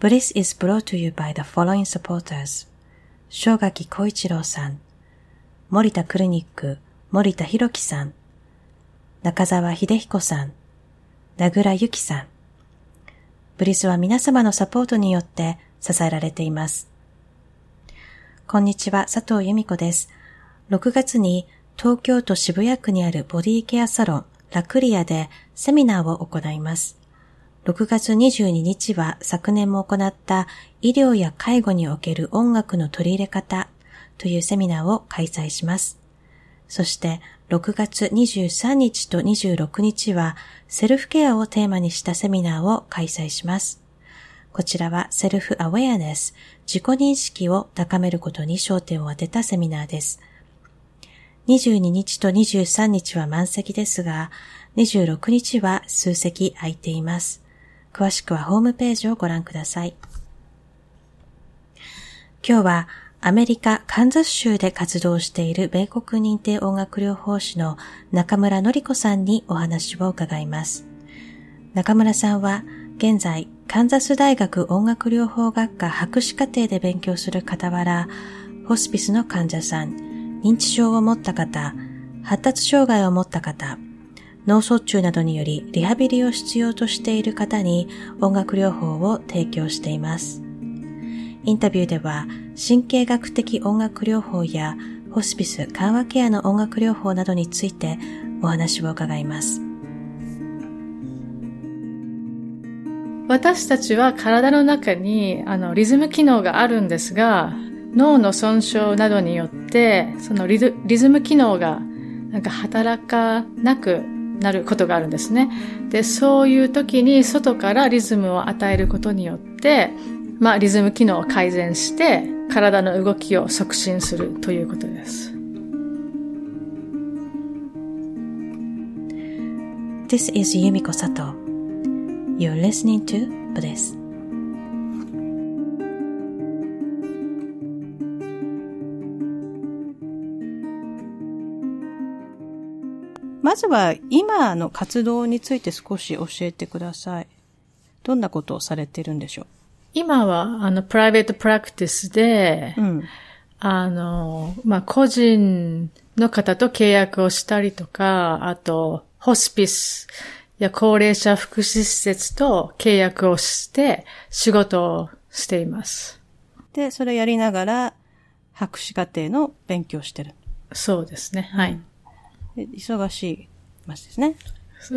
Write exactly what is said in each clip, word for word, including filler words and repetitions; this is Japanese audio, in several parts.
Bliss is brought to you by the following supporters. 正垣小一郎さん、森田クリニック、森田博樹さん、中澤秀彦さん、名倉由紀さん。ブリスは皆様のサポートによって支えられています。こんにちは、佐藤由美子です。ろくがつに東京都渋谷区にあるボディケアサロンラクリアでセミナーを行います。ろくがつにじゅうににちは昨年も行った医療や介護における音楽の取り入れ方というセミナーを開催します。そしてろくがつにじゅうさんにちとにじゅうろくにちはセルフケアをテーマにしたセミナーを開催します。こちらはセルフアウェアネス、自己認識を高めることに焦点を当てたセミナーです。にじゅうににちとにじゅうさんにちは満席ですが、にじゅうろくにちは数席空いています。詳しくはホームページをご覧ください。今日はアメリカカンザス州で活動している米国認定音楽療法士の中村典子さんにお話を伺います。中村さんは現在カンザス大学音楽療法学科博士課程で勉強する傍ら、ホスピスの患者さん、認知症を持った方、発達障害を持った方、脳卒中などによりリハビリを必要としている方に音楽療法を提供しています。インタビューでは神経学的音楽療法やホスピス緩和ケアの音楽療法などについてお話を伺います。 私たちは体の中にあのリズム機能があるんですが、脳の損傷などによってそのリズ、リズム機能がなんか働かなくなることがあるんですね。で、そういう時に外からリズムを与えることによって、まあリズム機能を改善して体の動きを促進するということです。 This is Yumiko Sato. You're listening to Bliss. まずは今の活動について少し教えてください。どんなことをされているんでしょう？ 今はあのプライベートプラクティスで、うん、あのまあ個人の方と契約をしたりとか、あとホスピスや高齢者福祉施設と契約をして仕事をしています。 で、それやりながら博士課程の勉強してる。 そうですね。はい。 うん、忙しいますですね。 うん。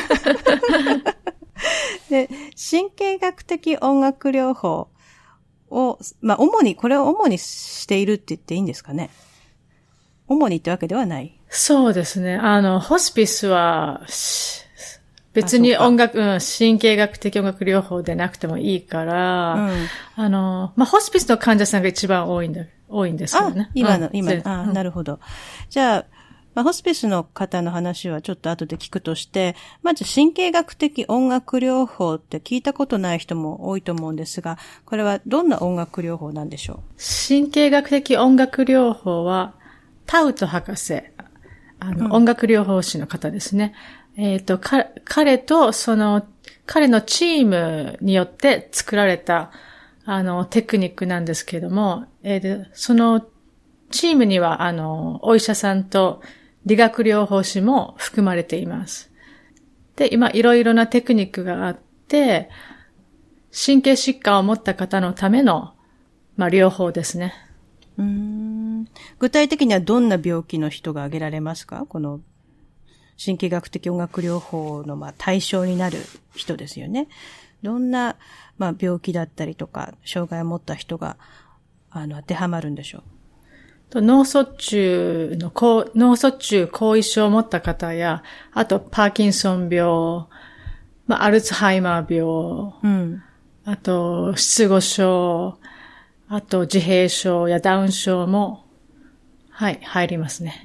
で、神経学的音楽療法を、まあ、主に、これを主にしているって言っていいんですかね。主にってわけではない。 そうですね。あの、ホスピスは、別に音楽、うん、神経学的音楽療法でなくてもいいから、うん、あの、まあ、ホスピスの患者さんが一番多いんだ、多いんですよね。 あ、今の、うん、今の、あ、うん、なるほど。じゃあ、まあ、ホスピスの方の話はちょっと後で聞くとして、まず神経学的音楽療法って聞いたことない人も多いと思うんですが、これはどんな音楽療法なんでしょう？ 神経学的音楽療法は、タウト博士、あの、うん、音楽療法士の方ですね。えっと、か、彼とその、彼のチームによって作られた、あの、テクニックなんですけれども、えー、その、チームには、あの、お医者さんと理学療法士も含まれています。で、今、いろいろなテクニックがあって、神経疾患を持った方のための、まあ、療法ですね。 うーん。具体的にはどんな病気の人が挙げられますか？この、神経学的音楽療法のまあ対象になる人ですよね。どんなまあ病気だったりとか障害を持った人があの当てはまるんでしょう。脳卒中の脳卒中後遺症を持った方や、あとパーキンソン病、まあアルツハイマー病、うん、あと失語症、あと自閉症やダウン症もはい、入りますね。 うん、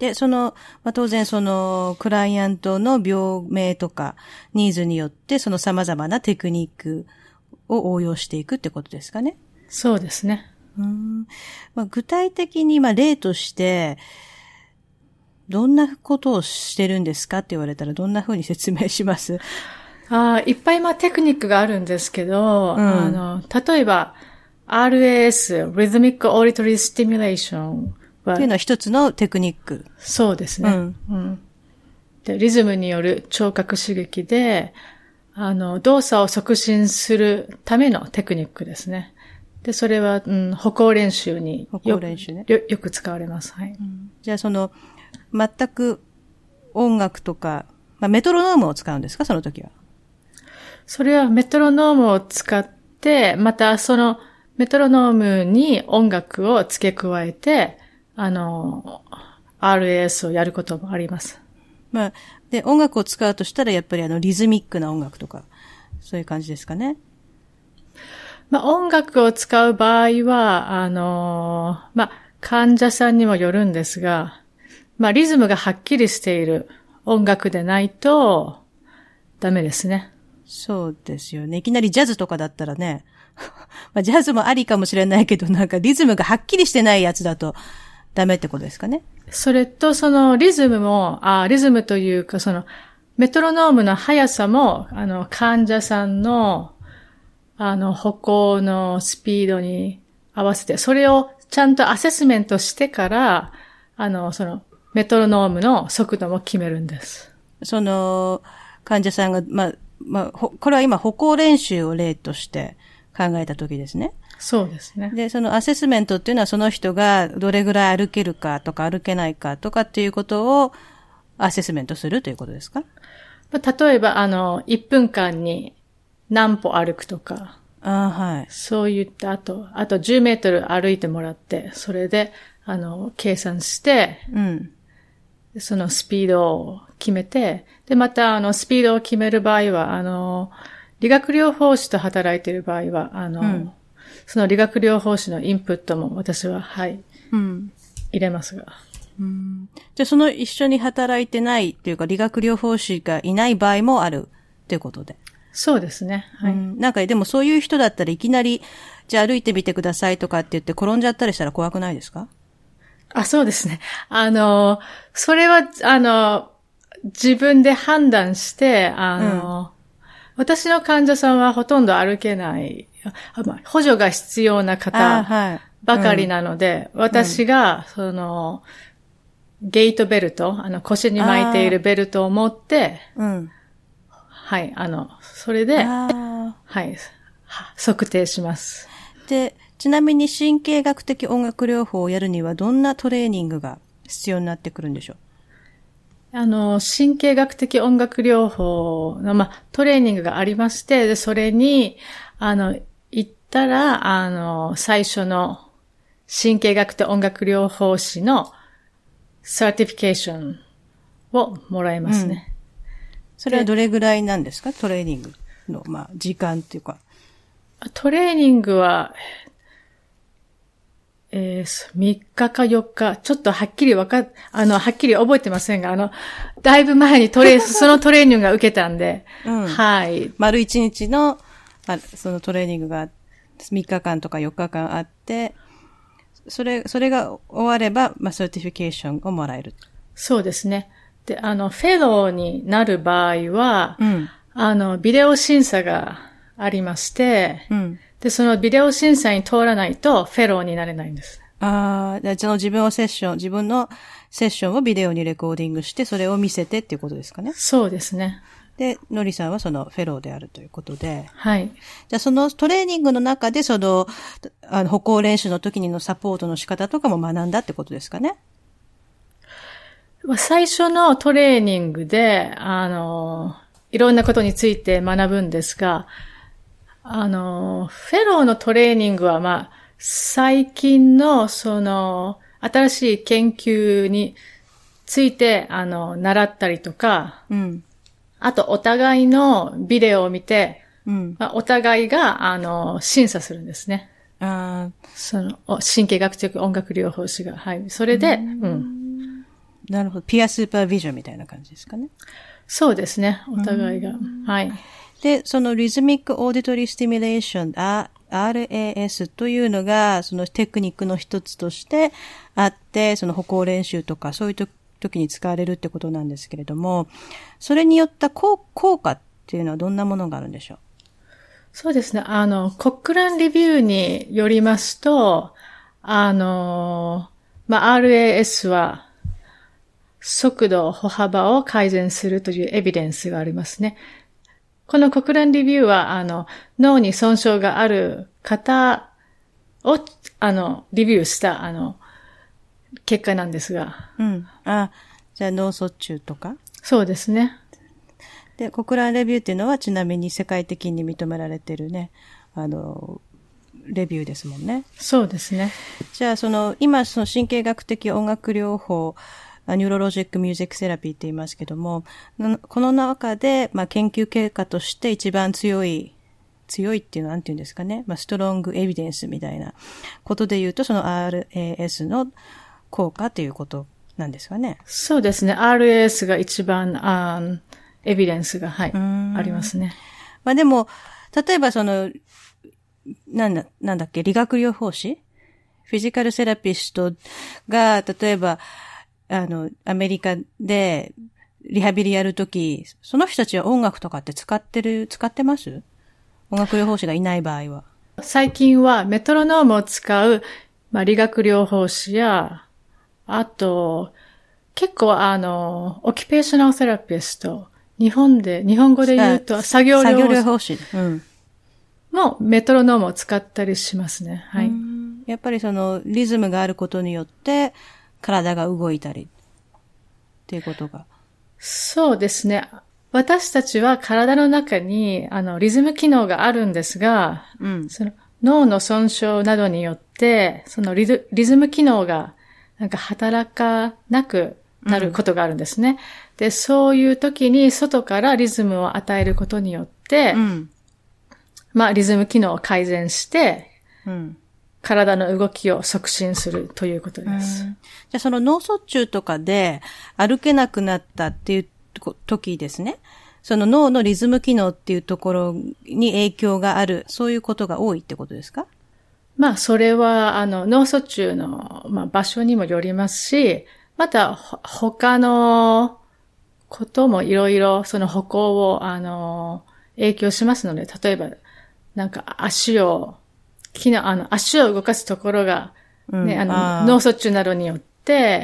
で、その、まあ、当然その、クライアントの病名とか、ニーズによって、その様々なテクニックを応用していくってことですかね。 そうですね。 うん、まあ、具体的に、まあ、例として、どんなことをしてるんですかって言われたら、どんな風に説明します？ あいっぱいまあテクニックがあるんですけど、うん、あの、例えば アールエーエス、Rhythmic Auditory Stimulation は。 っていうのは一つのテクニック。 そうですね。うんうん、でリズムによる聴覚刺激で、あの、動作を促進するためのテクニックですね。で、それは、うん、歩行練習によ、 歩行練習ね、 よ、よく使われます。はい。うん、 じゃあその、全く音楽とか、まあ、メトロノームを使うんですか、その時は。 それはメトロノームを使って、またそのメトロノームに音楽を付け加えて、あの、アールエーエス をやることもあります。 まあ、で、音楽を使うとしたらやっぱりあのリズミックな音楽とか、そういう感じですかね。 まあ、音楽を使う場合は、あの、まあ、患者さんにもよるんですが、まあ、リズムがはっきりしている音楽でないとダメですね。 そうですよね。いきなりジャズとかだったらね、まあ、ジャズもありかもしれないけど、なんかリズムがはっきりしてないやつだとダメってことですかね。 それと、そのリズムも、あリズムというか、そのメトロノームの速さも、あの、患者さんの、あの、歩行のスピードに合わせて、それをちゃんとアセスメントしてから、あの、その、メトロノームの速度も決めるんです。 その、患者さんが、まあ、まあ、これは今歩行練習を例として考えたときですね。 そうですね。 で、そのアセスメントっていうのはその人がどれぐらい歩けるかとか歩けないかとかっていうことをアセスメントするということですか？ 例えば、あの、いっぷんかんに何歩歩くとか。 あはい。 そういった、あと、あとじゅうメートル歩いてもらって、それで、あの、計算して、 うん。 そのスピードを決めて、で、また、あの、スピードを決める場合は、あの、理学療法士と働いている場合は、あの、うん、その理学療法士のインプットも私は、はい、うん、入れますが。 うん、じゃあ、その一緒に働いてないっていうか、理学療法士がいない場合もあるということで。 そうですね。はい。 うん、なんか、でもそういう人だったらいきなり、じゃあ歩いてみてくださいとかって言って転んじゃったりしたら怖くないですか？ あ、そうですね。あの、それは、あの、自分で判断して、あの、うん、私の患者さんはほとんど歩けない、まあ、補助が必要な方ばかりなので、はいうん、私が、その、ゲートベルト、あの、腰に巻いているベルトを持って、うん、はい、あの、それで、はい、測定します。 で、ちなみに神経学的音楽療法をやるにはどんなトレーニングが必要になってくるんでしょう？ あの、神経学的音楽療法の、まあ、トレーニングがありまして、で、それに、あの、行ったら、あの、最初の神経学的音楽療法士のサーティフィケーションをもらえますね。うん、 それはどれぐらいなんですか？トレーニングの、まあ、時間っていうか。 トレーニングは、えー、みっかかよっか、ちょっとはっきりわか、あの、はっきり覚えてませんが、あの、だいぶ前にトレー、そのトレーニングが受けたんで、うん、はい。 丸いちにちの、あ、そのトレーニングがみっかかんとかよっかかんあって、それ、それが終われば、まあ、サーティフィケーションをもらえる。 そうですね。で、あの、フェローになる場合は、うん、あの、ビデオ審査がありまして、うんで、そのビデオ審査に通らないとフェローになれないんです。 ああ、じゃあ自分をセッション、自分のセッションをビデオにレコーディングして、それを見せてっていうことですかね。 そうですね。 で、のりさんはそのフェローであるということで。 はい。 じゃあそのトレーニングの中で、その、あの歩行練習の時にのサポートの仕方とかも学んだってことですかね。 最初のトレーニングで、あの、いろんなことについて学ぶんですが、あの、フェローのトレーニングは、まあ、最近の、その、新しい研究について、あの、習ったりとか、うん、あと、お互いのビデオを見て、うんまあ、お互いが、あの、審査するんですね。あその、神経学的音楽療法士が。はい。それで、うん。うん、 なるほど。ピアスーパービジョンみたいな感じですかね。 そうですね。お互いが。はい。 で、そのリズミックオーディトリースティミュレーション、アールエーエス というのが、そのテクニックの一つとしてあって、その歩行練習とか、そういう時に使われるってことなんですけれども、それによった効果っっていうのはどんなものがあるんでしょう？ そうですね。あの、コックランレビューによりますと、あの、まあ、アールエーエス は、速度、歩幅を改善するというエビデンスがありますね。このコクランレビューは、あの、脳に損傷がある方を、あの、レビューした、あの、結果なんですが。 うん。あ、じゃあ脳卒中とか？ そうですね。 で、コクランレビューっていうのはちなみに世界的に認められてるね、あの、レビューですもんね。 そうですね。 じゃあ、その、今、その神経学的音楽療法、ニューロロジックミュージックセラピーって言いますけども、この中で、まあ、研究結果として一番強い、強いっていうのは何て言うんですかね。まあ、ストロングエビデンスみたいなことで言うと、その アールエーエス の効果ということなんですかね。 そうですね。アールエーエス が一番、あエビデンスが、はい、ありますね。 まあでも、例えばその、なんだ、なんだっけ、理学療法士？フィジカルセラピストが、例えば、あの、アメリカでリハビリやるとき、その人たちは音楽とかって使ってる、使ってます？音楽療法士がいない場合は。 最近はメトロノームを使う、まあ、理学療法士や、あと、結構あの、オキュペーショナルセラピスト、日本で、日本語で言うと作業療法士もメトロノームを使ったりしますね。はい。 やっぱりそのリズムがあることによって体が動いたりっていうことが。 そうですね。私たちは体の中にあのリズム機能があるんですが、うん、その脳の損傷などによってそのリズ、リズム機能がなんか働かなくなることがあるんですね。うん、で、そういう時に外からリズムを与えることによって、うん、まあリズム機能を改善して、うん、体の動きを促進するということです。 じゃあその脳卒中とかで歩けなくなったっていう時ですね。その脳のリズム機能っていうところに影響がある、そういうことが多いってことですか？ まあそれはあの脳卒中の、まあ、場所にもよりますし、また他のこともいろいろその歩行をあの影響しますので、例えばなんか足を機能、あの、足を動かすところが、ね、うん、あの、あ脳卒中などによって、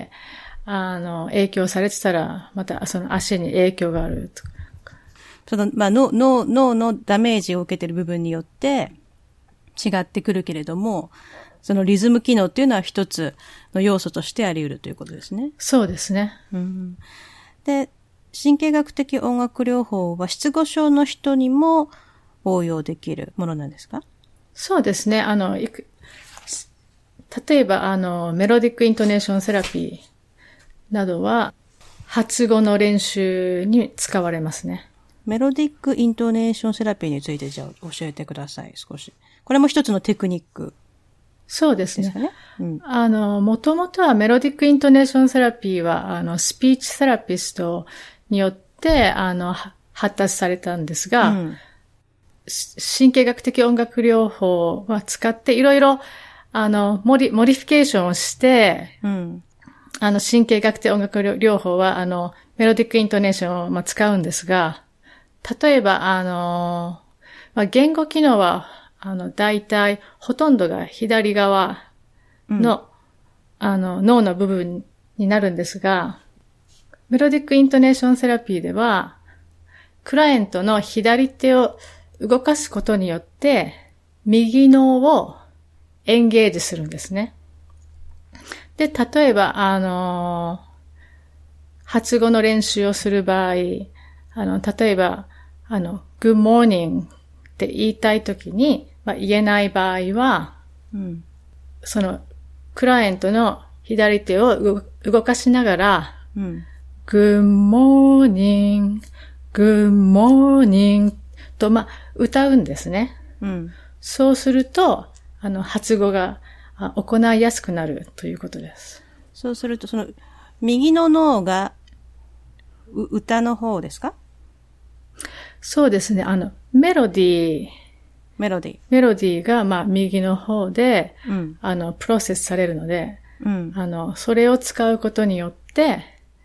あの、影響されてたら、またその足に影響があると。 その、まあ、脳、脳、脳のダメージを受けている部分によって違ってくるけれども、そのリズム機能っていうのは一つの要素としてあり得るということですね。 そうですね。 うん、で、神経学的音楽療法は失語症の人にも応用できるものなんですか？ そうですね。あの、いく、例えば、あの、メロディックイントネーションセラピーなどは、発語の練習に使われますね。 メロディックイントネーションセラピーについてじゃあ教えてください、少し。これも一つのテクニック。 そうですね。ですね。うん、あの、もともとはメロディックイントネーションセラピーは、あの、スピーチセラピストによって、あの、発達されたんですが、うん神経学的音楽療法は使っていろいろ、あの、モディ、モディフィケーションをして、うん、あの、神経学的音楽療法は、あの、メロディックイントネーションを、まあ、使うんですが、例えば、あの、まあ、言語機能は、あの、大体、ほとんどが左側の、うん、あの、脳の部分になるんですが、メロディックイントネーションセラピーでは、クライアントの左手を動かすことによって、右脳をエンゲージするんですね。で、例えば、あの、発語の練習をする場合、あの、例えば、あの、good morning って言いたいときに、まあ、言えない場合は、うん、その、クライアントの左手を動かしながら、うん、good morning, good morning と、まあ、歌うんですね。うん、そうすると、あの、発語が行いやすくなるということです。 そうすると、その、右の脳が、歌の方ですか？ そうですね。あの、メロディー。 メロディー。 メロディーが、まあ、右の方で、うん、あの、プロセスされるので、うん、あの、それを使うことによって、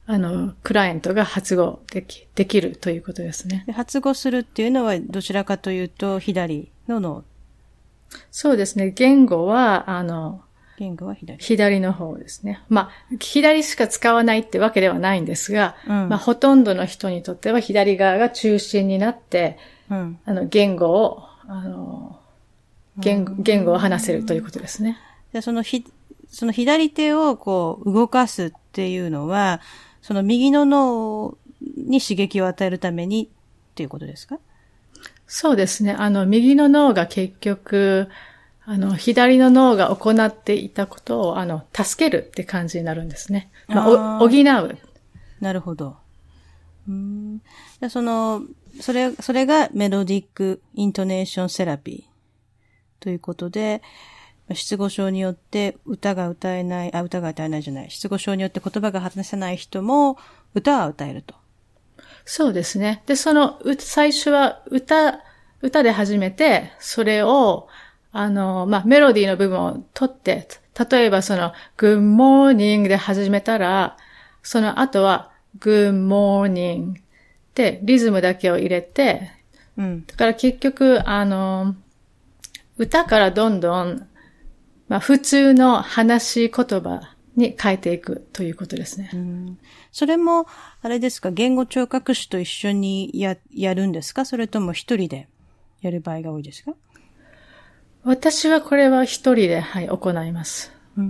あの、クライアントが発語でき、できるということですね。 で発語するっていうのはどちらかというと左の脳。 そうですね。言語は、あの、 言語は左。 左の方ですね。まあ、左しか使わないってわけではないんですが、 うん、 まあ、ほとんどの人にとっては左側が中心になって、うん、あの、言語を、あの、言語、言語を話せるということですね。 で、そのひ、その左手をこう動かすっていうのは、その右の脳に刺激を与えるためにっていうことですか？ そうですね。あの、右の脳が結局、あの、左の脳が行っていたことを、あの、助けるって感じになるんですね。まあ、補う。 なるほど。うーん。で、その、それ、それがメロディックイントネーションセラピーということで、失語症によって歌が歌えない、あ、歌が歌えないじゃない。失語症によって言葉が話せない人も歌は歌えると。 そうですね。で、その、最初は歌、歌で始めて、それを、あの、まあ、メロディーの部分を取って、例えばその、Good morning で始めたら、その後は、Good morning で、リズムだけを入れて、うん。だから結局、あの、歌からどんどん、まあ、普通の話し言葉に変えていくということですね。 うん、それも、あれですか、言語聴覚士と一緒にや、やるんですか？それとも一人でやる場合が多いですか？ 私はこれは一人で、はい、行います。 うん、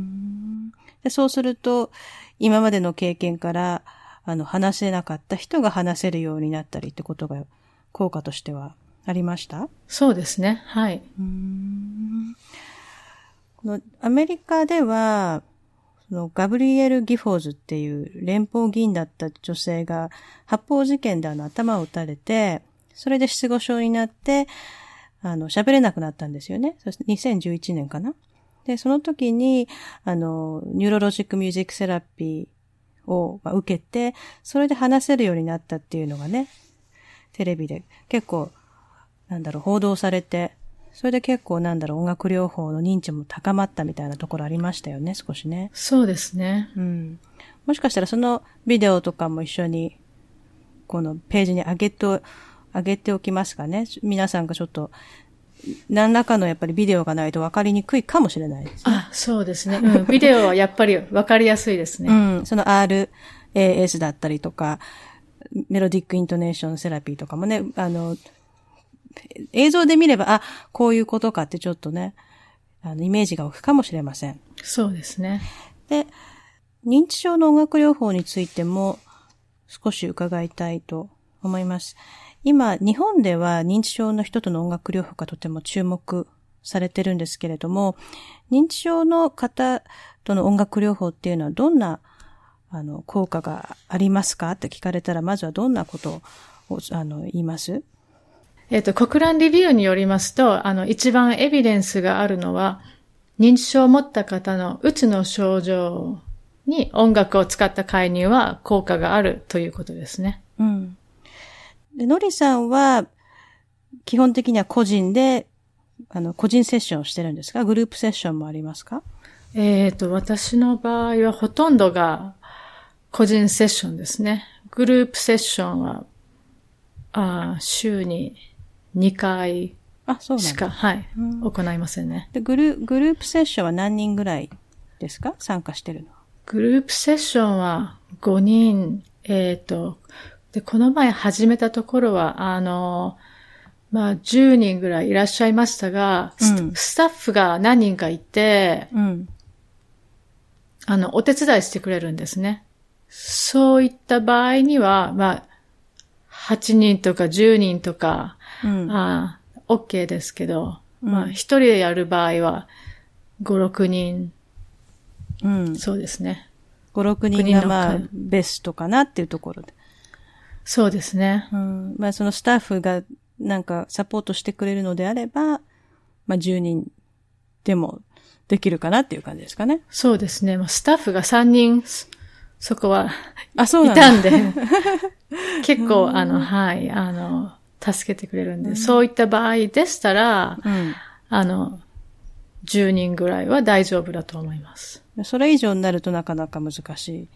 でそうすると、今までの経験から、あの、話せなかった人が話せるようになったりってことが、効果としてはありました？ そうですね、はい。 うーん、このアメリカでは、そのガブリエル・ギフォーズっていう連邦議員だった女性が発砲事件であの頭を撃たれて、それで失語症になって、あの、喋れなくなったんですよね。そしてにせんじゅういちねんかな。で、その時に、あの、ニューロロジックミュージックセラピーを受けて、それで話せるようになったっていうのがね、テレビで結構、なんだろう、報道されて、それで結構なんだろう、音楽療法の認知も高まったみたいなところありましたよね、少しね。 そうですね。 うん。もしかしたらそのビデオとかも一緒に、このページに上げて、上げておきますかね。皆さんがちょっと、何らかのやっぱりビデオがないと分かりにくいかもしれないですね。 あ、そうですね。うん。ビデオはやっぱり分かりやすいですね。 うん。その アールエーエス だったりとか、メロディックイントネーションセラピーとかもね、あの、映像で見れば、あ、こういうことかってちょっとね、あの、イメージが湧くかもしれません。 そうですね。 で、認知症の音楽療法についても少し伺いたいと思います。今、日本では認知症の人との音楽療法がとても注目されてるんですけれども、認知症の方との音楽療法っていうのはどんな、あの、効果がありますかって聞かれたら、まずはどんなことを、あの、言います？ えっと、コクランレビューによりますと、あの、一番エビデンスがあるのは、認知症を持った方のうつの症状に音楽を使った介入は効果があるということですね。 うん。で、のりさんは、基本的には個人で、あの、個人セッションをしてるんですか？グループセッションもありますか？ えっと、私の場合はほとんどが個人セッションですね。グループセッションは、あ週ににかいしか、はい、うん、行いませんね。 でグル、グループセッションは何人ぐらいですか？参加してるのは。 グループセッションはごにん、えっと、で、この前始めたところは、あの、まあ、じゅうにんぐらいいらっしゃいましたが、うん、スタッフが何人かいて、うん、あの、お手伝いしてくれるんですね。そういった場合には、まあ、はちにんとかじゅうにんとか、うん、ああ、OK ですけど、うん、まあ、一人でやる場合は、ご、ろくにん。うん。そうですね。 ご、ろくにんがまあ、ベストかなっていうところで。 そうですね。 うん。まあ、そのスタッフがなんかサポートしてくれるのであれば、まあ、じゅうにんでもできるかなっていう感じですかね。 そうですね。まあ、スタッフがさんにん、そこは、 あ、そうなんだ。いたんで、結構、あの、はい、あの、助けてくれるんで、うん、そういった場合でしたら、うん、あの、じゅうにんぐらいは大丈夫だと思います。 それ以上になるとなかなか難しい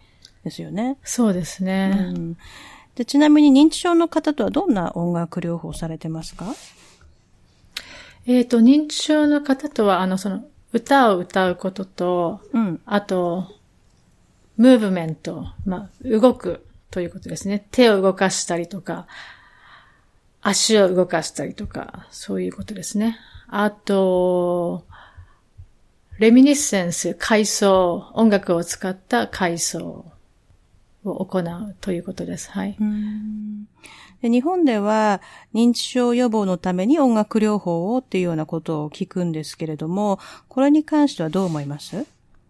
ですよね。 そうですね。 うん、でちなみに認知症の方とはどんな音楽療法をされてますか？ えっと、認知症の方とは、あの、その、歌を歌うことと、 うん、 あと、ムーブメント、まあ、動くということですね。手を動かしたりとか、足を動かしたりとか、そういうことですね。あと、レミニッセンス、回想、音楽を使った回想を行うということです。はい。 うん、で日本では認知症予防のために音楽療法をっていうようなことを聞くんですけれども、これに関してはどう思います？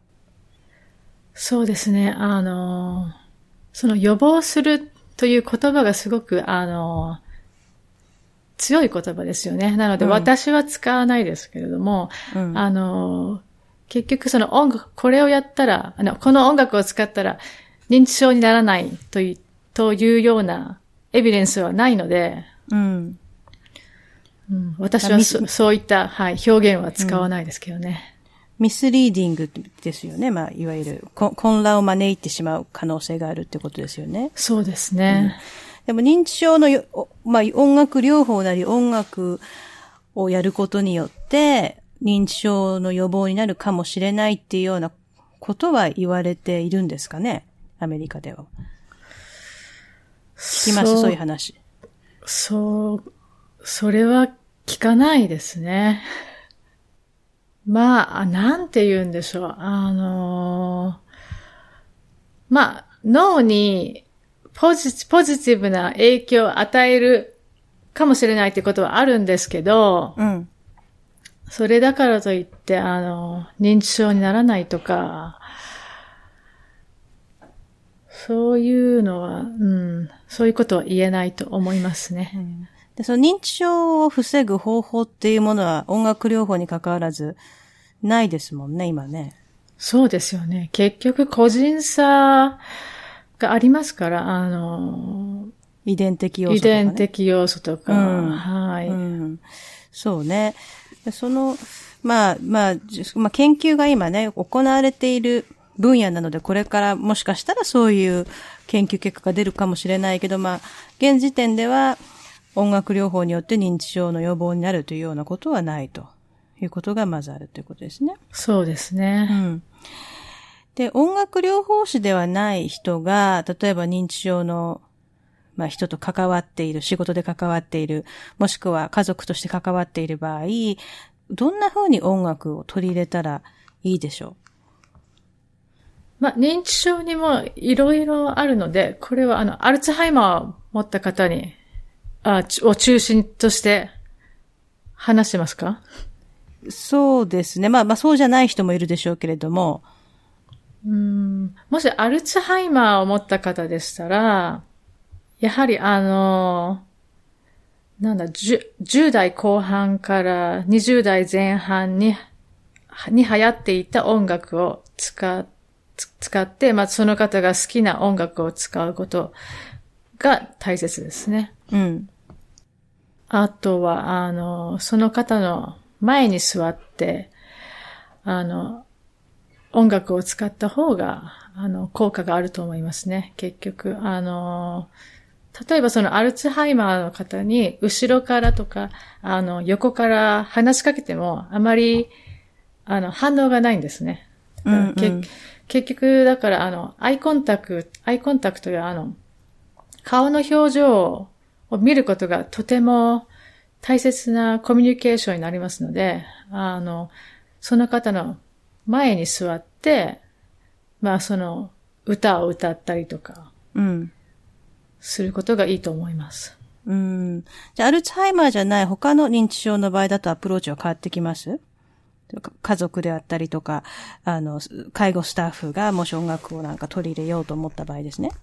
そうですね。あの、その予防するという言葉がすごく、あの、強い言葉ですよね。なので私は使わないですけれども、うん、あの、結局その音楽、これをやったら、あの、この音楽を使ったら認知症にならないという、というようなエビデンスはないので、うんうん、私はそそういった、はい、表現は使わないですけどね。 うん、ミスリーディングですよね。まあ、いわゆる混乱を招いてしまう可能性があるってことですよね。 そうですね。 うん、でも認知症の、まあ、音楽療法なり音楽をやることによって、認知症の予防になるかもしれないっていうようなことは言われているんですかね、アメリカでは。聞きます、そう、そういう話。 そう、それは聞かないですね。まあ、なんて言うんでしょう。あの、まあ、脳にポジ、ポジティブな影響を与えるかもしれないってことはあるんですけど、うん。それだからといって、あの、認知症にならないとか、そういうのは、うん、そういうことは言えないと思いますね。うん、 でその認知症を防ぐ方法っていうものは音楽療法に関わらずないですもんね、今ね。 そうですよね。結局個人差がありますから、あの、 遺伝的要素とか、ね。 遺伝的要素とか、うん、はい、 うん。そうね。その、まあ、まあ、まあ、研究が今ね、行われている分野なので、これからもしかしたらそういう研究結果が出るかもしれないけど、まあ、現時点では音楽療法によって認知症の予防になるというようなことはないということがまずあるということですね。 そうですね。 うん。で、音楽療法士ではない人が、例えば認知症のまあ人と関わっている、仕事で関わっている、もしくは家族として関わっている場合、どんな風に音楽を取り入れたらいいでしょう？ まあ、認知症にもいろいろあるので、これはあの、アルツハイマーを持った方に、あ、を中心として話してますか？ そうですね。まあまあそうじゃない人もいるでしょうけれども。 うーん、もしアルツハイマーを持った方でしたら、やはりあの、なんだ、じゅう代後半からにじゅう代前半に、に流行っていた音楽を使っ使って、まあ、その方が好きな音楽を使うことが大切ですね。うん。あとは、あの、その方の前に座って、あの、音楽を使った方が、あの、効果があると思いますね。結局、あの、例えばそのアルツハイマーの方に後ろからとか、あの、横から話しかけてもあまり、あの、反応がないんですね。うんうん、け結局、だから、あの、アイコンタクト、アイコンタクトや、あの、顔の表情を見ることがとても大切なコミュニケーションになりますので、あの、その方の前に座って、まあ、その、歌を歌ったりとか、うん。することがいいと思います。 うん。じゃあ、アルツハイマーじゃない他の認知症の場合だとアプローチは変わってきます？家族であったりとか、あの、介護スタッフがもし音楽をなんか取り入れようと思った場合ですね。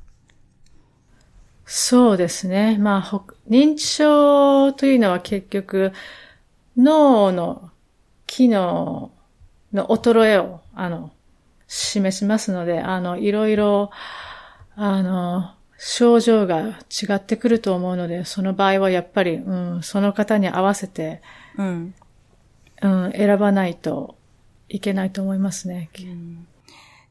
そうですね。まあ、認知症というのは結局、脳の機能の衰えを、あの、示しますので、あの、いろいろ、あの、症状が違ってくると思うので、その場合はやっぱり、うん、その方に合わせて、うんうん、選ばないといけないと思いますね。うん、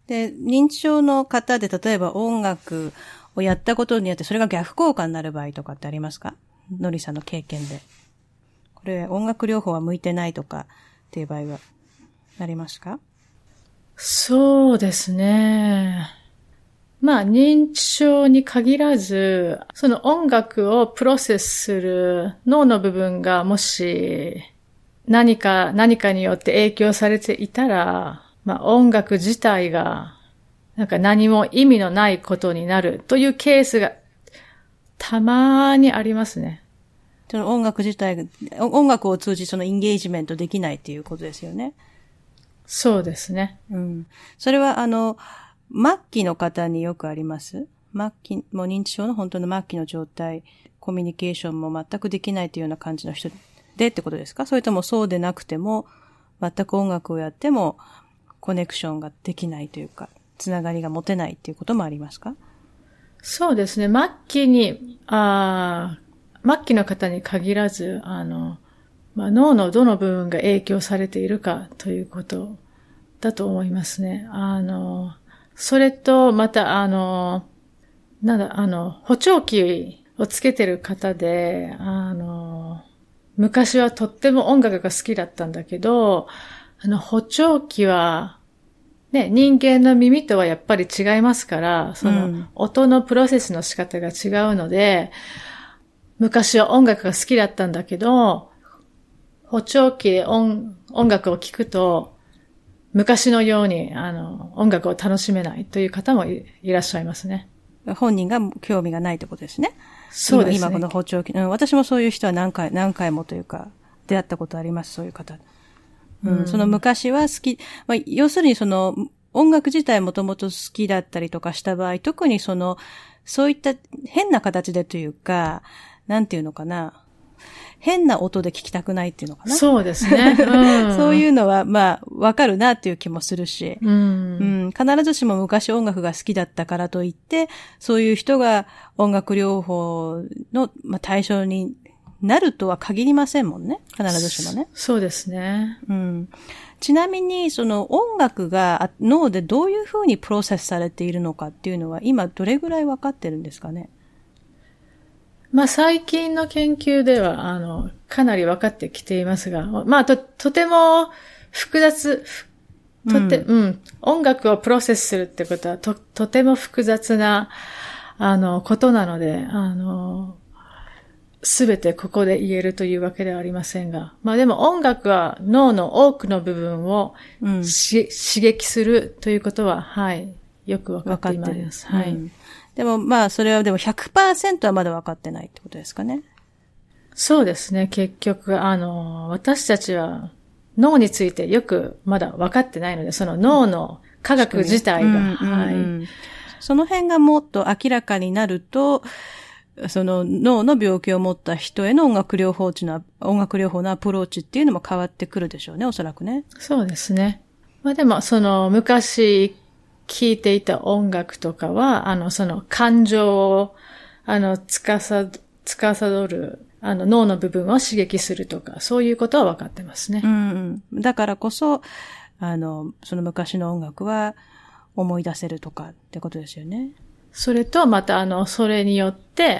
で、認知症の方で例えば音楽をやったことによってそれが逆効果になる場合とかってありますか？のりさんの経験で。これ音楽療法は向いてないとかっていう場合はありますか？ そうですね。まあ、認知症に限らず、その音楽をプロセスする脳の部分がもし何か、何かによって影響されていたら、まあ音楽自体がなんか何も意味のないことになるというケースがたまにありますね。 その音楽自体が、音楽を通じそのインゲージメントできないっていうことですよね。 そうですね。 うん。それはあの、末期の方によくあります。末期、もう認知症の本当の末期の状態、コミュニケーションも全くできないというような感じの人でってことですか？それともそうでなくても、全く音楽をやってもコネクションができないというか、つながりが持てないっていうこともありますか？ そうですね。末期に、あ末期の方に限らず、あの、まあ、脳のどの部分が影響されているかということだと思いますね。あの、それと、また、あの、なんだ、あの、補聴器をつけてる方で、あの、昔はとっても音楽が好きだったんだけど、あの、補聴器は、ね、人間の耳とはやっぱり違いますから、その、音のプロセスの仕方が違うので、うん、昔は音楽が好きだったんだけど、補聴器で音、音楽を聴くと、昔のように、あの、音楽を楽しめないという方も い, いらっしゃいますね。 本人が興味がないってことですね。 そうですね。 今、今この補聴器、うん、私もそういう人は何回、何回もというか、出会ったことあります、そういう方。うん、その昔は好き、まあ、要するにその音楽自体もともと好きだったりとかした場合、特にその、そういった変な形でというか、なんていうのかな、変な音で聞きたくないっていうのかな。 そうですね。うん、 そういうのは、まあ、わかるなっていう気もするし、 うんうん、必ずしも昔音楽が好きだったからといって、そういう人が音楽療法の、まあ、対象になるとは限りませんもんね。必ずしもね。 そうですね。 うん。ちなみに、その音楽が脳でどういうふうにプロセスされているのかっていうのは、今どれぐらい分かってるんですかね？ まあ最近の研究では、あの、かなり分かってきていますが、まあと、とても複雑、とて、うん、うん、音楽をプロセスするってことは、と、とても複雑な、あの、ことなので、あの、すべてここで言えるというわけではありませんが。まあでも音楽は脳の多くの部分を、うん、刺激するということは、はい、よくわかっています。はい、うん。 でもまあそれはでも ひゃくパーセント はまだわかってないってことですかね。 そうですね。結局、あの、私たちは脳についてよくまだわかってないので、その脳の科学自体が、うん、はい、うん。 その辺がもっと明らかになると、その脳の病気を持った人への音楽療法の、音楽療法のアプローチっていうのも変わってくるでしょうね、おそらくね。 そうですね。まあでも、その昔聴いていた音楽とかは、あの、その感情を、あの、つかさ、つかさどる、あの、脳の部分を刺激するとか、そういうことは分かってますね。 うんうん。だからこそ、あの、その昔の音楽は思い出せるとかってことですよね。 それと、また、あの、それによって、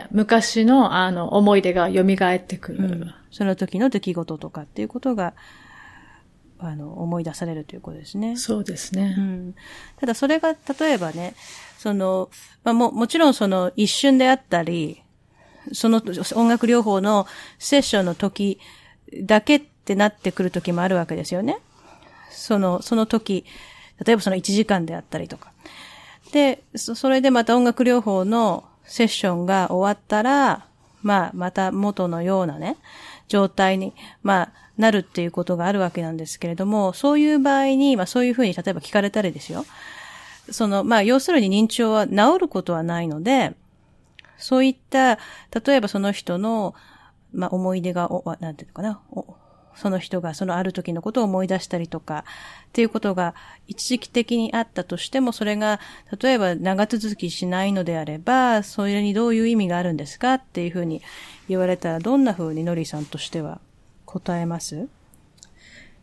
昔の、あの、思い出が蘇ってくる、うん。 その時の出来事とかっていうことが、あの、思い出されるということですね。 そうですね。 うん。ただ、それが、例えばね、その、まあ、も、もちろんその、一瞬であったり、その、音楽療法のセッションの時だけってなってくる時もあるわけですよね。その、その時、例えばそのいちじかんであったりとか。で、それでまた音楽療法のセッションが終わったら、まあ、また元のようなね、状態に、まあ、なるっていうことがあるわけなんですけれども、そういう場合に、まあそういうふうに例えば聞かれたりですよ。その、まあ要するに認知症は治ることはないので、そういった、例えばその人の、まあ思い出が、おなんていうのかな、おその人がそのある時のことを思い出したりとかっていうことが一時的にあったとしても、それが例えば長続きしないのであれば、それにどういう意味があるんですかっていうふうに言われたら、どんなふうにノリさんとしては答えます？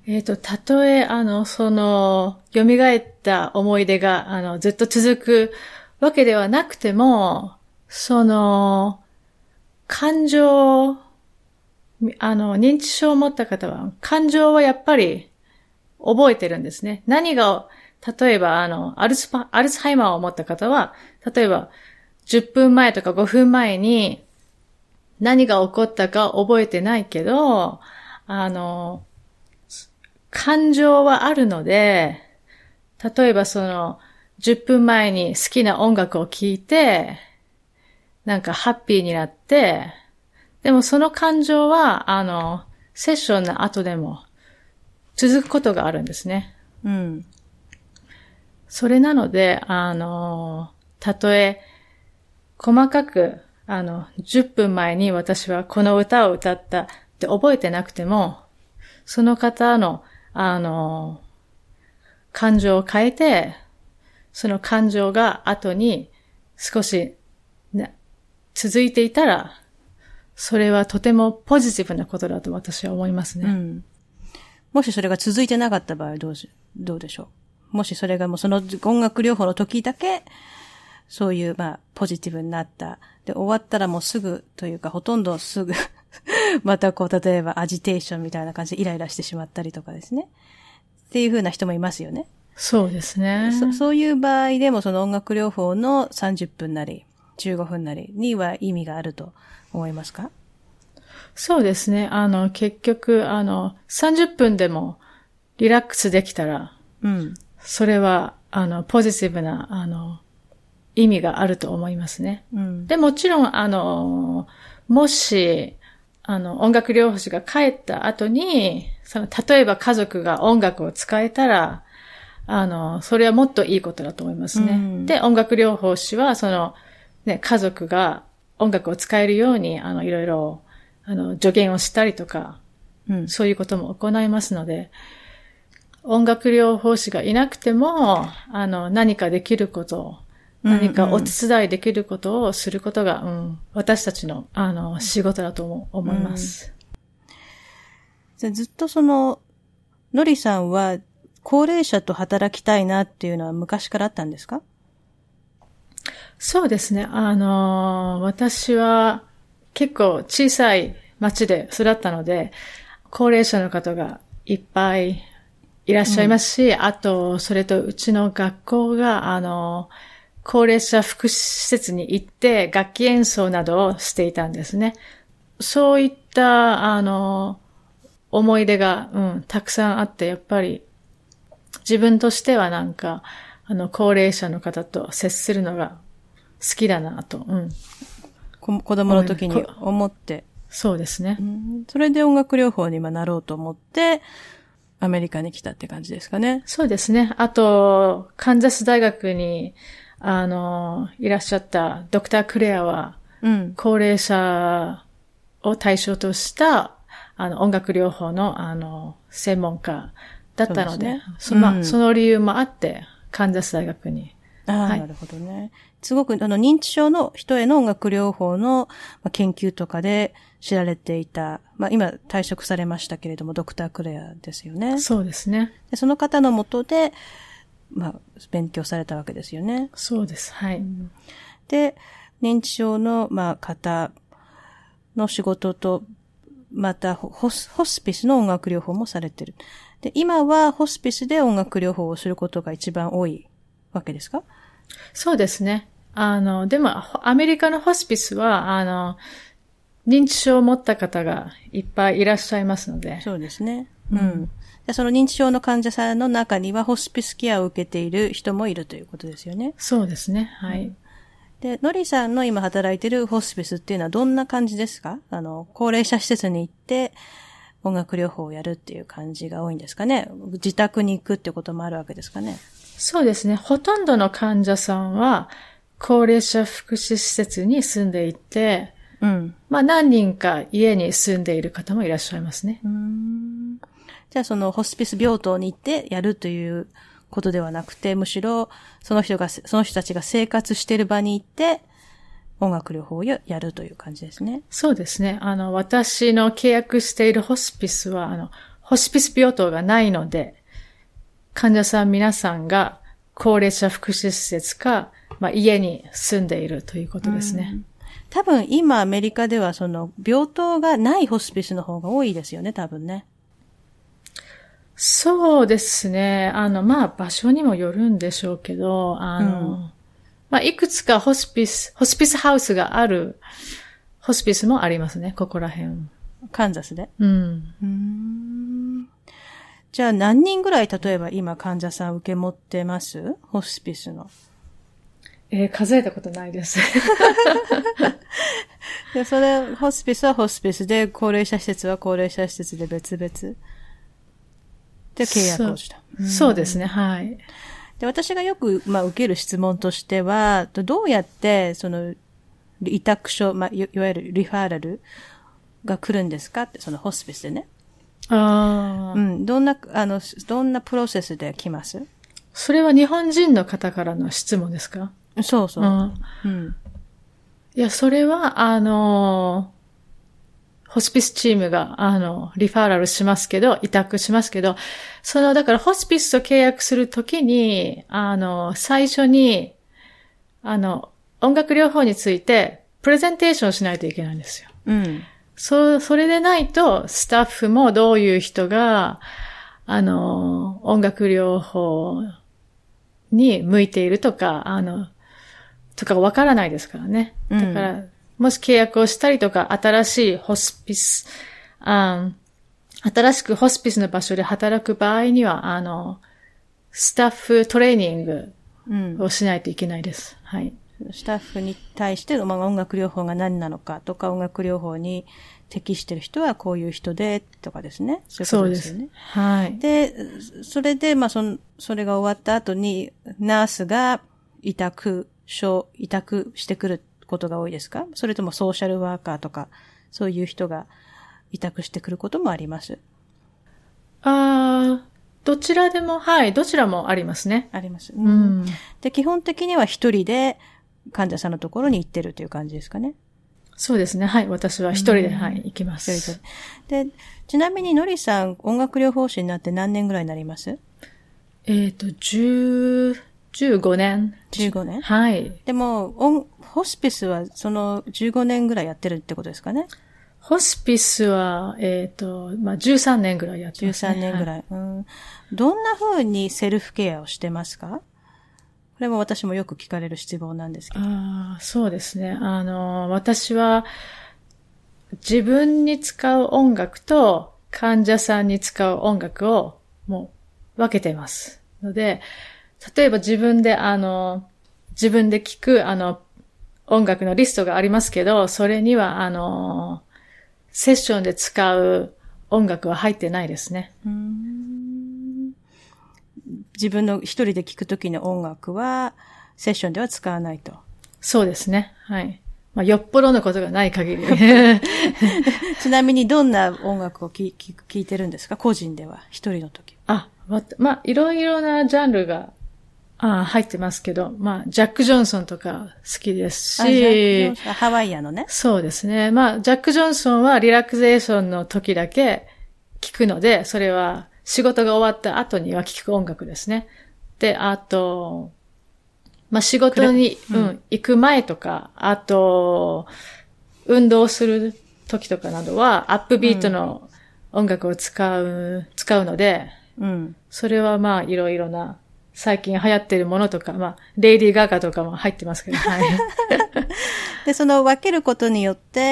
えっと、たとえ、あの、その、蘇った思い出が、あの、ずっと続くわけではなくても、その、感情、あの、認知症を持った方は、感情はやっぱり覚えてるんですね。何が、例えば、あの、アルツパ、アルツハイマーを持った方は、例えば、じゅっぷんまえとかごふんまえに何が起こったか覚えてないけど、あの、感情はあるので、例えばその、じゅっぷんまえに好きな音楽を聴いて、なんかハッピーになって、でもその感情は、あの、セッションの後でも続くことがあるんですね。 うん。 それなので、あの、たとえ、細かく、あの、じゅっぷんまえに私はこの歌を歌ったって覚えてなくても、その方の、あの、感情を変えて、その感情が後に少し、ね、続いていたら、それはとてもポジティブなことだと私は思いますね。 うん、もしそれが続いてなかった場合どうし、どうでしょう。もしそれがもうその音楽療法の時だけ、そういう、まあ、ポジティブになった。で、終わったらもうすぐというか、ほとんどすぐ、またこう、例えばアジテーションみたいな感じでイライラしてしまったりとかですね。っていう風な人もいますよね。 そうですね。 そ, そういう場合でもその音楽療法のさんじゅっぷんなり、じゅうごふんなりには意味があると思いますか？ そうですね。あの、結局、あの、さんじゅっぷんでもリラックスできたら、 うん。 それは、あの、ポジティブな、あの、意味があると思いますね。 うん、 で、もちろん、あの、もし、あの、音楽療法士が帰った後に、その、例えば家族が音楽を使えたら、あの、それはもっといいことだと思いますね。うん、で、音楽療法士は、その、ね、家族が音楽を使えるように、あの、いろいろ、あの、助言をしたりとか、うん、そういうことも行いますので、音楽療法士がいなくても、あの、何かできることを、何かお手伝いできることをすることが、うんうん、私たちの、あの、仕事だと思います。うん、 じゃずっとその、のりさんは、高齢者と働きたいなっていうのは昔からあったんですか？ そうですね。あの、私は結構小さい町で育ったので、高齢者の方がいっぱいいらっしゃいますし、うん、あと、それとうちの学校が、あの、高齢者福祉施設に行って楽器演奏などをしていたんですね。そういった、あの、思い出が、うん、たくさんあって、やっぱり自分としてはなんか、あの、高齢者の方と接するのが好きだなと、うん。 子供の時に思って。 そうですね、 うん。それで音楽療法に今なろうと思って、アメリカに来たって感じですかね。 そうですね。あと、カンザス大学に、あの、いらっしゃったドクター・クレアは、うん、高齢者を対象とした、あの、音楽療法の、あの、専門家だったので、で、ねそまあうん、その理由もあって、カンザス大学に。 ああ、はい、なるほどね。すごく、あの、認知症の人への音楽療法の研究とかで知られていた、まあ今退職されましたけれども、ドクター・クレアですよね。 そうですね。 でその方の下で、まあ、勉強されたわけですよね。 そうです。はい。うん、 で、認知症の、まあ、方の仕事と、またホス、ホスピスの音楽療法もされてる。で、今はホスピスで音楽療法をすることが一番多いわけですか？ そうですね。あの、でも、アメリカのホスピスは、あの、認知症を持った方がいっぱいいらっしゃいますので。 そうですね。うん。うんその認知症の患者さんの中にはホスピスケアを受けている人もいるということですよね。 そうですね。はい。うん、 で、のりさんの今働いているホスピスっていうのはどんな感じですか？あの、高齢者施設に行って音楽療法をやるっていう感じが多いんですかね？自宅に行くってこともあるわけですかね？ そうですね。ほとんどの患者さんは高齢者福祉施設に住んでいて、うん。まあ何人か家に住んでいる方もいらっしゃいますね。 うーんじゃあそのホスピス病棟に行ってやるということではなくて、むしろその人が、その人たちが生活している場に行って音楽療法をやるという感じですね。 そうですね。あの、私の契約しているホスピスは、あの、 ホスピス病棟がないので、患者さん皆さんが高齢者福祉施設か、まあ、家に住んでいるということですね。 多分今アメリカではその病棟がないホスピスの方が多いですよね、多分ね。 そうですね。あの、まあ、場所にもよるんでしょうけど、あの、うん、まあ、いくつかホスピス、ホスピスハウスがあるホスピスもありますね、ここら辺。 カンザスで。 うん。 うーん。じゃあ何人ぐらい例えば今患者さん受け持ってます？ホスピスの。 えー、数えたことないです。 でそれ、ホスピスはホスピスで、高齢者施設は高齢者施設で別々で契約をした。 そう、そうですね、はい。 で、私がよく、まあ、受ける質問としては、どうやって、その、委託書、まあ、いわゆるリファーラルが来るんですかって、そのホスピスでね。 ああ。 うん。どんな、あの、どんなプロセスで来ます？ それは日本人の方からの質問ですか？ そうそう。 うん。いや、それは、あの、ホスピスチームが、あの、リファーラルしますけど、委託しますけど、その、だからホスピスと契約するときに、あの、最初に、あの、音楽療法について、プレゼンテーションしないといけないんですよ。 うん。 そう、それでないと、スタッフもどういう人が、あの、音楽療法に向いているとか、あの、とかわからないですからね。だから、うん、もし契約をしたりとか、新しいホスピス、あ新しくホスピスの場所で働く場合には、あの、スタッフトレーニングをしないといけないです。うん、はい。 スタッフに対して、まあ、音楽療法が何なのかとか、音楽療法に適している人はこういう人で、とかですね。 そういうことですよね。そうです。はい。 で、それで、まあ、その、それが終わった後に、ナースが委託、委託してくることが多いですか？それともソーシャルワーカーとか、そういう人が委託してくることもあります？ ああ、どちらでも、はい、どちらもありますね。 あります。うん。で、基本的には一人で患者さんのところに行ってるという感じですかね？ そうですね。はい。私は一人で、はい、行きます。 一人で。で、ちなみにのりさん、音楽療法士になって何年ぐらいになります？ えっと、十、じゅうごねん。 じゅうごねん？ はい。 でも、ホスピスはそのじゅうごねんぐらいやってるってことですかね？ ホスピスは、えっと、まあ、じゅうさんねんぐらいやってますね。 じゅうさんねんぐらい。はい、うん。どんな風にセルフケアをしてますか？これも私もよく聞かれる質問なんですけど。 ああ、そうですね。あの、私は、自分に使う音楽と患者さんに使う音楽をもう分けてます。ので、例えば自分であの、自分で聴くあの、音楽のリストがありますけど、それにはあの、セッションで使う音楽は入ってないですね。 うーん、自分の一人で聴くときの音楽は、セッションでは使わないと。 そうですね。はい。まあ、よっぽどのことがない限り。 ちなみにどんな音楽を聴いてるんですか？個人では、一人の時。 あ、ま、まあ、いろいろなジャンルがあ入ってますけど、まあ、ジャック・ジョンソンとか好きですし、 ハワイアンのね。 そうですね。まあ、ジャック・ジョンソンはリラクゼーションの時だけ聴くので、それは仕事が終わった後には聴く音楽ですね。で、あと、まあ、仕事に、うんうん、行く前とか、あと、運動する時とかなどは、アップビートの音楽を使う、うん、使うので、 うん、 それはまあ、いろいろな、最近流行ってるものとか、まあ、レイディー・ガガとかも入ってますけど、はい。 で、その分けることによって、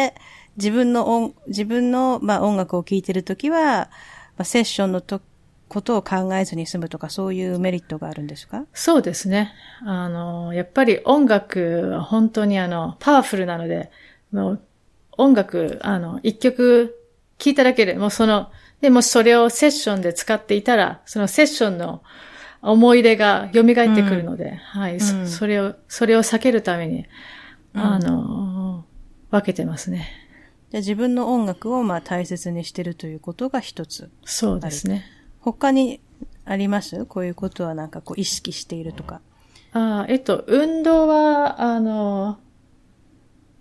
自分の音、自分の、まあ、音楽を聴いてるときは、まあ、セッションのと、ことを考えずに済むとか、そういうメリットがあるんですか？ そうですね。あの、やっぱり音楽は本当にあの、パワフルなので、もう、音楽、あの、一曲聴いただけで、もうその、でもそれをセッションで使っていたら、そのセッションの思い出が蘇ってくるので、うん、はい、うんそ、それを、それを避けるために、あの、うん、分けてますね。 じゃあ自分の音楽をまあ大切にしてるということが一つ。 そうですね。 他にあります？こういうことはなんかこう意識しているとか。 あえっと、運動は、あの、好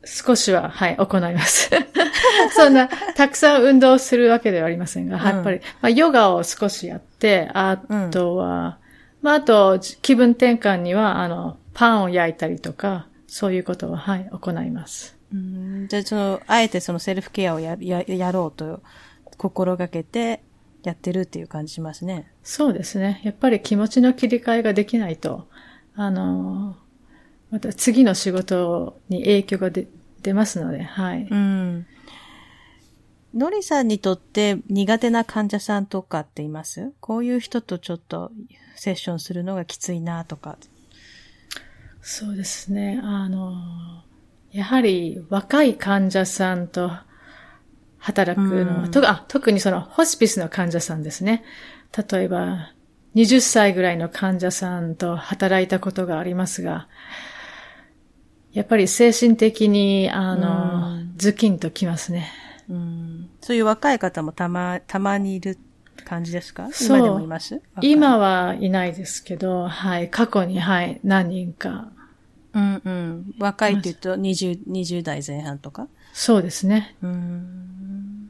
少しは、はい、行います。そんな、たくさん運動するわけではありませんが、うん、やっぱり、まあ、ヨガを少しやって、あとは、うん、まあ、あと、気分転換には、あの、パンを焼いたりとか、そういうことは、はい、行います。 うん、じゃあ、その、あえてそのセルフケアをや、や、やろうと心がけてやってるっていう感じしますね。 そうですね。やっぱり気持ちの切り替えができないと、あの、また次の仕事に影響が出、出ますので、はい。 うん。のりさんにとって苦手な患者さんとかっています？こういう人とちょっとセッションするのがきついなとか。 そうですね。あの、やはり若い患者さんと働くのは、とあ特にそのホスピスの患者さんですね。例えば、はたちぐらいの患者さんと働いたことがありますが、やっぱり精神的に、あの、ズキンときますね。 うん、そういう若い方もたま、たまにいる感じですか？今でもいます？ 今はいないですけど、はい、過去に、はい、何人か。 うんうん。若いって言うとにじゅう、にじゅう代前半とか？ そうですね。 うん。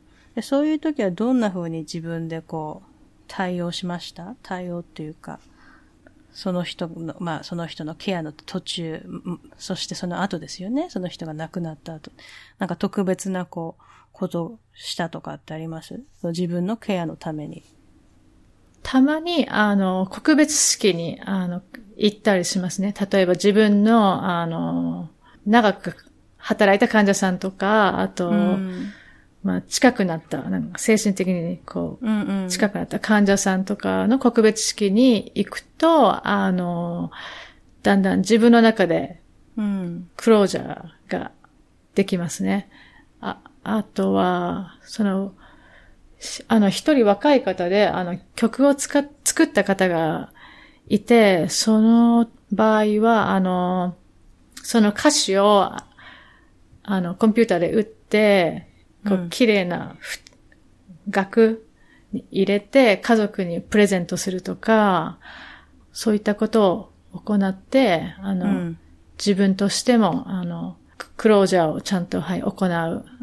で、そういう時はどんな風に自分でこう、対応しました？対応っていうか、その人の、まあその人のケアの途中、そしてその後ですよね。その人が亡くなった後。なんか特別なこう、ことしたとかってあります？自分のケアのために。 たまに、あの、告別式に、あの、行ったりしますね。例えば自分の、あの、長く働いた患者さんとか、あと、うん、まあ、近くなった、なんか精神的に、こう、うんうん、近くなった患者さんとかの告別式に行くと、あの、だんだん自分の中で、クロージャーができますね。あ、あとは、その、あの、一人若い方で、あの、曲をつか、作った方がいて、その場合は、あの、その歌詞を、あの、コンピューターで打って、こう、綺麗な、うん、楽に入れて、家族にプレゼントするとか、そういったことを行って、あの、うん、自分としても、あの、クロージャーをちゃんと、はい、行う、うん、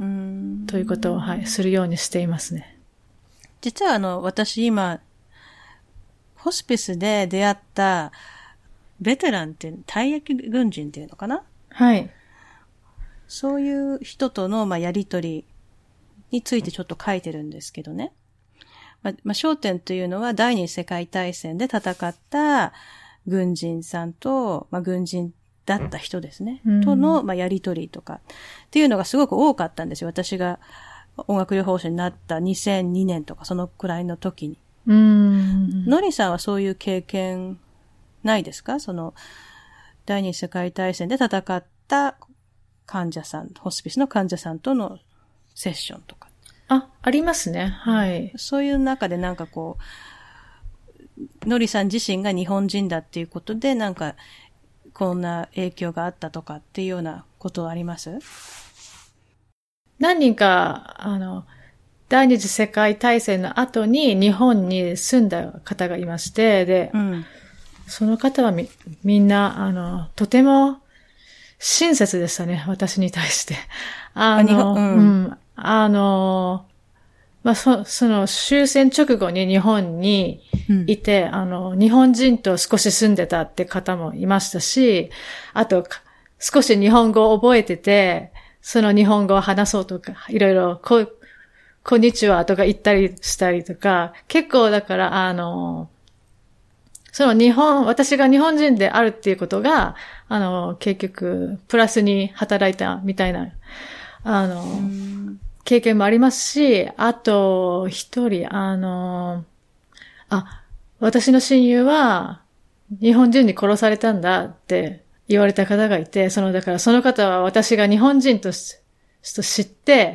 ということを、はい、するようにしていますね。 実はあの、私今、ホスピスで出会ったベテランって、退役軍人っていうのかな？ はい。 そういう人との、まあ、やりとりについてちょっと書いてるんですけどね。まあ、まあ、焦点というのは第二次世界大戦で戦った軍人さんと、まあ、軍人だった人ですね。うん、との、まあ、やりとりとかっていうのがすごく多かったんですよ。私が音楽療法士になったにせんにねんとかそのくらいの時に。 うーん。 のりさんはそういう経験ないですか？その第二次世界大戦で戦った患者さん、ホスピスの患者さんとのセッションとか。 あ、ありますね。はい。 そういう中でなんかこう、のりさん自身が日本人だっていうことでなんかこんな影響があったとかっていうようなことはあります？ 何人か、あの、第二次世界大戦の後に日本に住んだ方がいまして、で、うん、その方はみ、みんな、あの、とても親切でしたね、私に対して。あの、あ、うん、うん、あの、まあ、そ、その終戦直後に日本にいて、うん、あの、日本人と少し住んでたって方もいましたし、あと、少し日本語を覚えてて、その日本語を話そうとか、いろいろ、こ、こんにちはとか言ったりしたりとか、結構だから、あの、その日本、私が日本人であるっていうことが、あの、結局、プラスに働いたみたいな、あの、経験もありますし、あと、一人、あの、あ、私の親友は、日本人に殺されたんだって言われた方がいて、その、だからその方は私が日本人と知って、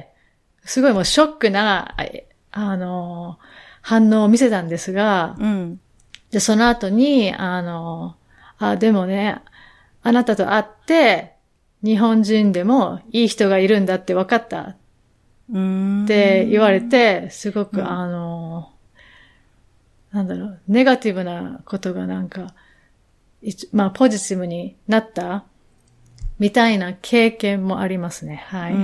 すごいもうショックな、あの、反応を見せたんですが、うん、で、その後に、あの、あ、でもね、あなたと会って、日本人でもいい人がいるんだって分かったって言われて、すごく、うん、あの、なんだろう、ネガティブなことがなんか、まあ、ポジティブになったみたいな経験もありますね。はい。 うん、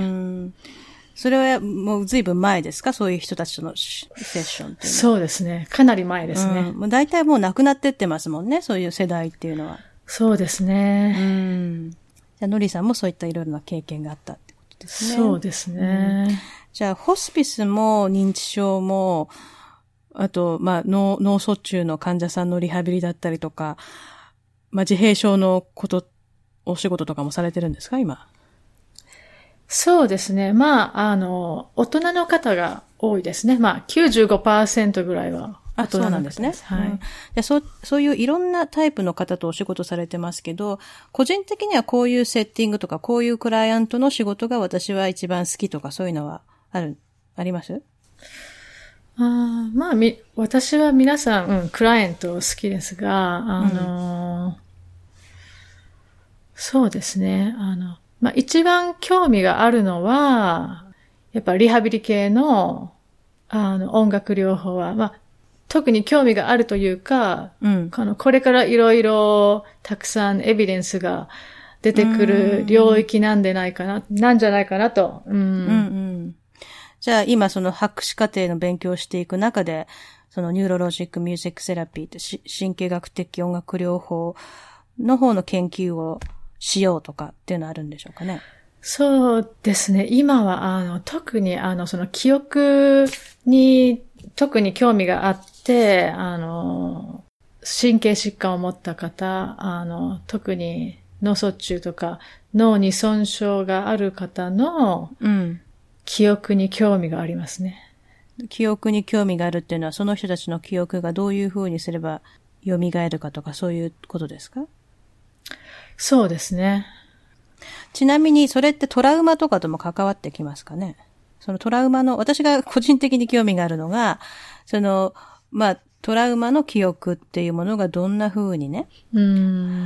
それはもう随分前ですか？そういう人たちとのセッションっていうのは。 そうですね。かなり前ですね。 うん、もう大体もう亡くなってってますもんね。そういう世代っていうのは。 そうですね。 うん。じゃあ、のりさんもそういったいろいろな経験があったってことですね。 そうですね。うん、 じゃあ、ホスピスも認知症も、あと、まあ、脳、脳卒中の患者さんのリハビリだったりとか、まあ、自閉症のこと、お仕事とかもされてるんですか、今？ そうですね。まあ、あの、大人の方が多いですね。まあ、きゅうじゅうごパーセント ぐらいは大人の方です。 あ、そうなんですね。 はい。 うん、でそう、そういういろんなタイプの方とお仕事されてますけど、個人的にはこういうセッティングとか、こういうクライアントの仕事が私は一番好きとか、そういうのはある、あります？ あまあ、み、私は皆さん、うん、クライアント好きですが、あのーうん、そうですね。あの、まあ、一番興味があるのは、やっぱリハビリ系の、あの、音楽療法は、まあ、特に興味があるというか、うん、この、これからいろいろたくさんエビデンスが出てくる領域なんでないかな、なんじゃないかなと。うん。うんうん、 じゃあ今その博士課程の勉強をしていく中で、そのニューロロジックミュージックセラピーって神経学的音楽療法の方の研究をしようとかっていうのはあるんでしょうかね？ そうですね。今は、あの、特に、あの、その記憶に特に興味があって、あの、神経疾患を持った方、あの、特に脳卒中とか脳に損傷がある方の記憶に興味がありますね。 うん、記憶に興味があるっていうのは、その人たちの記憶がどういう風にすれば蘇るかとか、そういうことですか？ そうですね。 ちなみに、それってトラウマとかとも関わってきますかね？そのトラウマの、私が個人的に興味があるのが、その、まあ、トラウマの記憶っていうものがどんな風にね、 うん、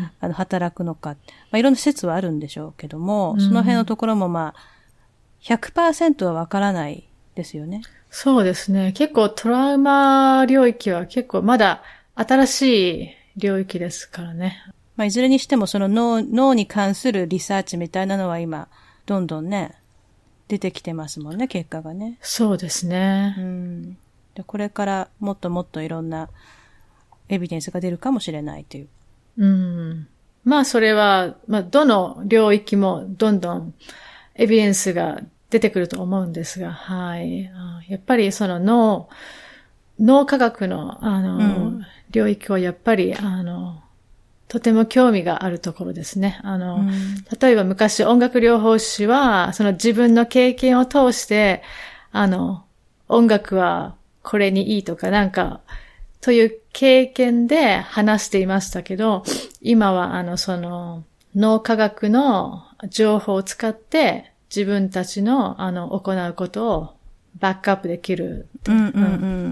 あの、働くのか。まあ、いろんな説はあるんでしょうけども、その辺のところもまあ、ひゃくパーセント はわからないですよね。 そうですね。結構トラウマ領域は結構まだ新しい領域ですからね。 まあ、いずれにしてもその脳、脳に関するリサーチみたいなのは今、どんどんね、出てきてますもんね、結果がね。 そうですね。 うん。で、これからもっともっといろんなエビデンスが出るかもしれないという。 うん。まあそれは、まあどの領域もどんどんエビデンスが出てくると思うんですが、はい。やっぱりその脳、脳科学の、あの、うん、領域はやっぱり、あの、とても興味があるところですね。あの、うん、例えば昔音楽療法士は、その自分の経験を通して、あの、音楽はこれにいいとか、なんか、という経験で話していましたけど、今はあの、その、脳科学の情報を使って、自分たちの、あの、行うことをバックアップできる。 うんうんうん、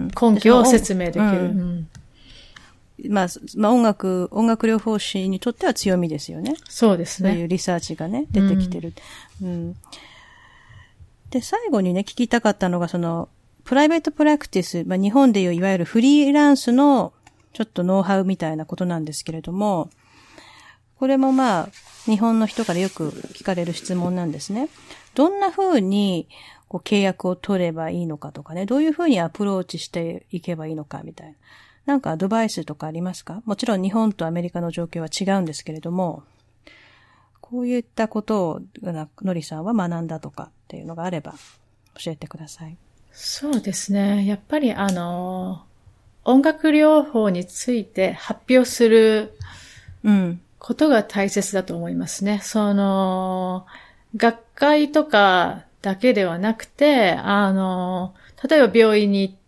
根拠を説明できる。うんうんまあ、まあ音楽、音楽療法士にとっては強みですよね。 そうですね。 そういうリサーチがね、出てきてる。うんうん、で、最後にね、聞きたかったのが、その、プライベートプラクティス、まあ日本でいういわゆるフリーランスのちょっとノウハウみたいなことなんですけれども、これもまあ、日本の人からよく聞かれる質問なんですね。どんな風にこう契約を取ればいいのかとかね、どういう風にアプローチしていけばいいのかみたいな。なんかアドバイスとかありますか？もちろん日本とアメリカの状況は違うんですけれども、こういったことをのりさんは学んだとかっていうのがあれば教えてください。 そうですね。やっぱりあの、音楽療法について発表することが大切だと思いますね。その、学会とかだけではなくて、あの、例えば病院に行って、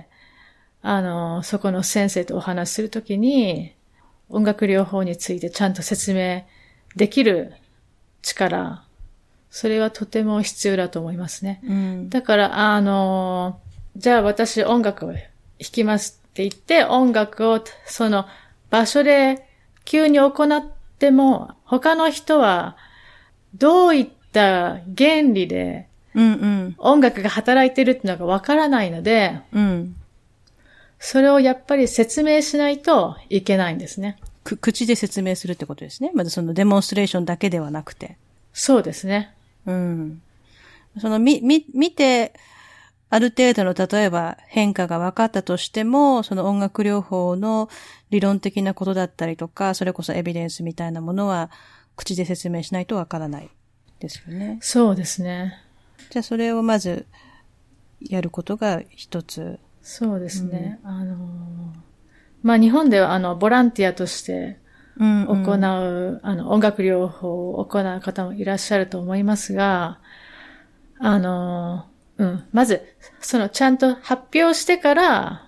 あの、そこの先生とお話しするときに、音楽療法についてちゃんと説明できる力、それはとても必要だと思いますね。うん、だから、あの、じゃあ私音楽を弾きますって言って、音楽をその場所で急に行っても、他の人はどういった原理で音楽が働いてるっていうのがわからないので、うん、それをやっぱり説明しないといけないんですね。 く、口で説明するってことですね。まずそのデモンストレーションだけではなくて。 そうですね。 うん。その、み、み、見て、ある程度の例えば変化が分かったとしても、その音楽療法の理論的なことだったりとか、それこそエビデンスみたいなものは口で説明しないと分からないですよね。 そうですね。 じゃあそれをまずやることが一つ。 そうですね。うん、あの、まあ、日本ではあの、ボランティアとして行う、うんうん、あの、音楽療法を行う方もいらっしゃると思いますが、あの、うん。まず、その、ちゃんと発表してから、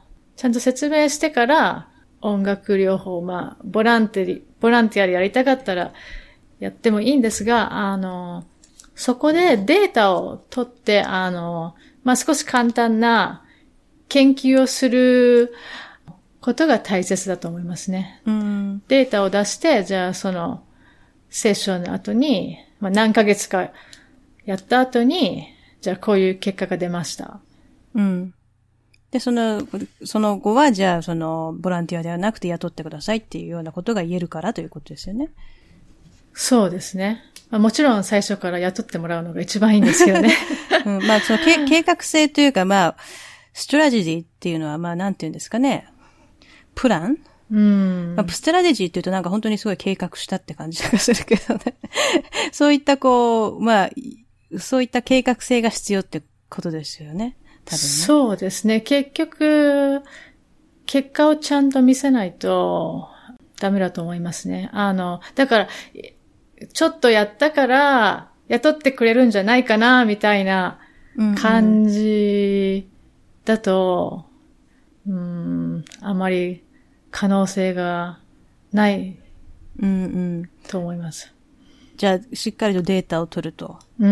ちゃんと説明してから、音楽療法、まあ、ボランティ、ボランティアでやりたかったら、やってもいいんですが、あの、そこでデータを取って、あの、まあ、少し簡単な研究をすることが大切だと思いますね。 うん、 データを出して、じゃあ、その、セッションの後に、まあ、何ヶ月かやった後に、じゃあこういう結果が出ました。 うん。で、その、その後は、じゃあ、その、ボランティアではなくて雇ってくださいっていうようなことが言えるからということですよね。 そうですね。まあ、もちろん最初から雇ってもらうのが一番いいんですけどね。 うん、まあ、そのけ、計画性というか、まあ、ストラテジーっていうのは、まあ、なんていうんですかね。プランうん。 まあ、ストラテジーっていうとなんか本当にすごい計画したって感じがするけどね。そういったこう、まあ、そういった計画性が必要ってことですよね。多分ね。 そうですね。結局、結果をちゃんと見せないとダメだと思いますね。あの、だから、ちょっとやったから雇ってくれるんじゃないかな、みたいな感じだと、うん、うん、あまり可能性がないと思います。 うんうんじゃあ、しっかりとデータを取ると。 うん。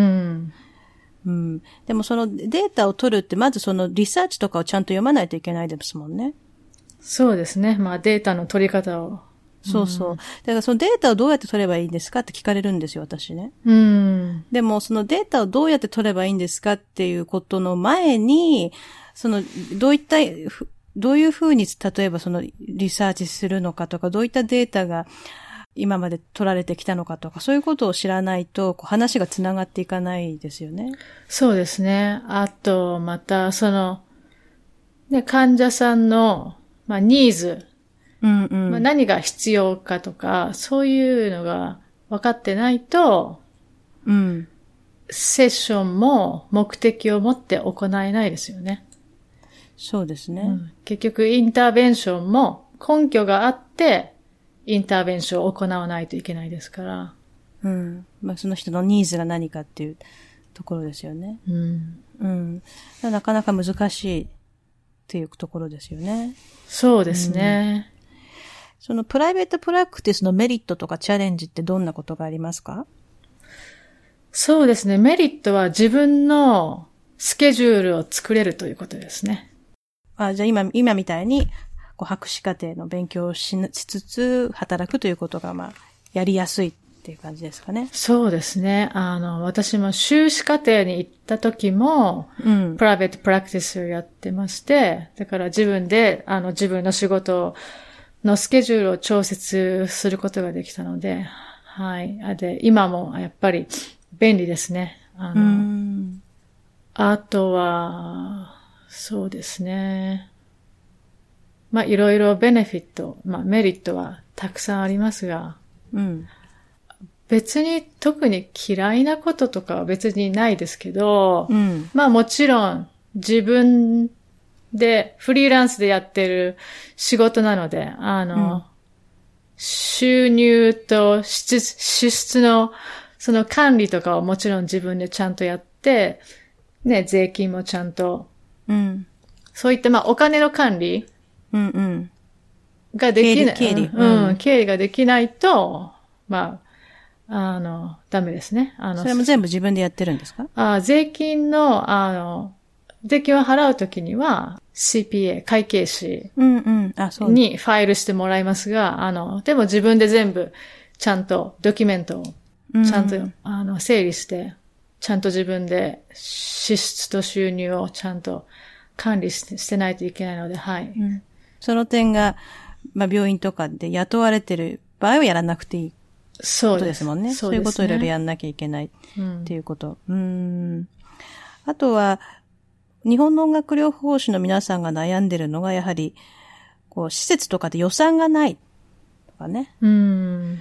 うん。でもそのデータを取るって、まずそのリサーチとかをちゃんと読まないといけないですもんね。 そうですね。まあデータの取り方を。 そうそう。うん、だからそのデータをどうやって取ればいいんですかって聞かれるんですよ、私ね。 うん。 でもそのデータをどうやって取ればいいんですかっていうことの前に、その、どういった、どういうふうに、例えばそのリサーチするのかとか、どういったデータが、今まで取られてきたのかとか、そういうことを知らないと、こう話がつながっていかないですよね。 そうですね。あと、また、その、ね、患者さんの、まあ、ニーズ、 うんうんまあ、何が必要かとか、そういうのが分かってないと、 うん、 セッションも目的を持って行えないですよね。 そうですね、 うん。結局、インターベンションも根拠があって、インターベンションを行わないといけないですから。 うん。まあ、その人のニーズが何かっていうところですよね。 うん。 うん。なかなか難しいっていうところですよね。 そうですね。 うん、そのプライベートプラクティスのメリットとかチャレンジってどんなことがありますか？ そうですね。メリットは自分のスケジュールを作れるということですね。 あ、じゃあ今、今みたいに、こう博士課程の勉強をしつつ働くということがまあやりやすいっていう感じですかね。 そうですね。あの私も修士課程に行った時も、うん、プライベートプラクティスをやってまして、だから自分であの自分の仕事のスケジュールを調節することができたので、はい。で今もやっぱり便利ですね。あの、うんあとはそうですね。まあ、いろいろベネフィット、まあ、メリットはたくさんありますが、 うん、 別に特に嫌いなこととかは別にないですけど、 うん、 まあもちろん自分でフリーランスでやってる仕事なので、あの、うん、収入と支出、支出のその管理とかはもちろん自分でちゃんとやって、ね、税金もちゃんと、 うん、 そういったまあお金の管理、 うんうん。 ができない。 経理、経理。 うん、経理ができないと、まあ、あの、ダメですね。あの、 それも全部自分でやってるんですか？ あ税金の、あの、税金を払うときには、シーピーエー、会計士にファイルしてもらいますが、あの、でも自分で全部、ちゃんとドキュメントを、ちゃんと、うん、あの、整理して、ちゃんと自分で支出と収入をちゃんと管理して、してないといけないので、はい。 うんその点がまあ病院とかで雇われてる場合はやらなくていいことですもんね。そうですね。そういうことをいろいろやんなきゃいけないっていうこと。うん、うーん。あとは、日本の音楽療法士の皆さんが悩んでるのが、やはり、こう、施設とかで予算がないとかね。 うん。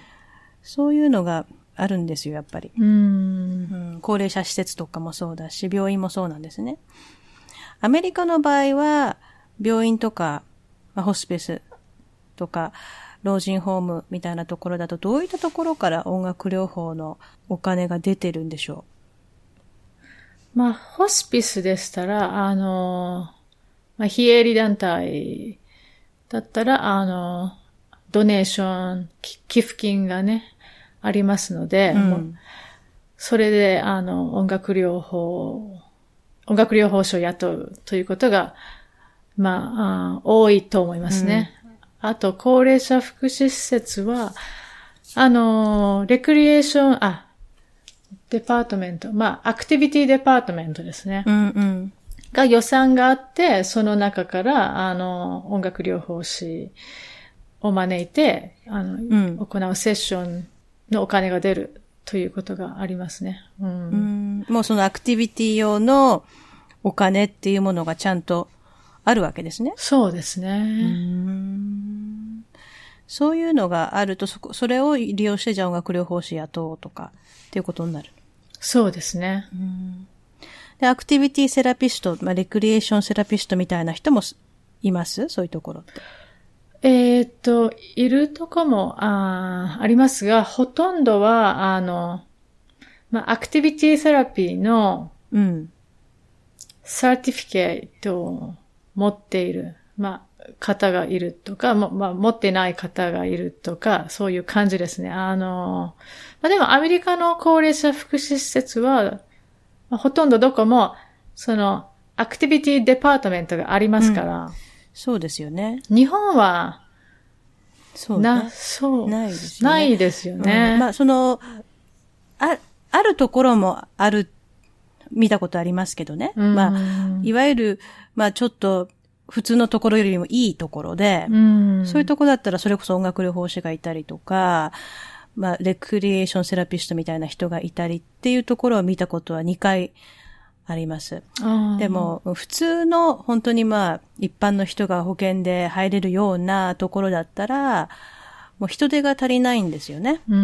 そういうのがあるんですよ、やっぱり。 うん。 うん、高齢者施設とかもそうだし、病院もそうなんですね。アメリカの場合は、病院とか、まあ、ホスピスとか、老人ホームみたいなところだと、どういったところから音楽療法のお金が出てるんでしょう。まあ、ホスピスでしたら、あの、まあ、非営利団体だったら、あの、ドネーション、寄付金がね、ありますので、うん、それで、あの、音楽療法、音楽療法士を雇うということが、まあ、あ多いと思いますね。うん、あと、高齢者福祉施設は、あの、レクリエーション、あ、デパートメント、まあ、アクティビティデパートメントですね。 うんうん、 が予算があって、その中から、あの、音楽療法士を招いて、あの、うん、行うセッションのお金が出るということがありますね。うん。 うん、もうそのアクティビティ用のお金っていうものがちゃんとあるわけですね。 そうですね。 うーん、そういうのがあると、そこ、それを利用してじゃあ音楽療法士雇おうとかっていうことになる。 そうですね。 うん、で、アクティビティセラピスト、まあ、レクリエーションセラピストみたいな人もいます？そういうところって。 えー、っと、いるとこも、あ、ありますが、ほとんどは、あの、まあ、アクティビティセラピーの、 うん。 サーティフィケートを持っている、まあ、方がいるとか、まあ、持ってない方がいるとか、そういう感じですね。あの、まあ、でもアメリカの高齢者福祉施設は、まあ、ほとんどどこも、その、アクティビティデパートメントがありますから。うん、 そうですよね。 日本は、 そうね。 な、そう。 ないですよね。 ないですよね。 うん、まあ、その、あ、あるところもある、見たことありますけどね。うん、まあ、いわゆる、まあちょっと、普通のところよりもいいところで、うん、そういうところだったらそれこそ音楽療法士がいたりとか、まあ、レクリエーションセラピストみたいな人がいたりっていうところを見たことはにかいあります。でも、普通の本当にまあ、一般の人が保険で入れるようなところだったら、もう人手が足りないんですよね。うん、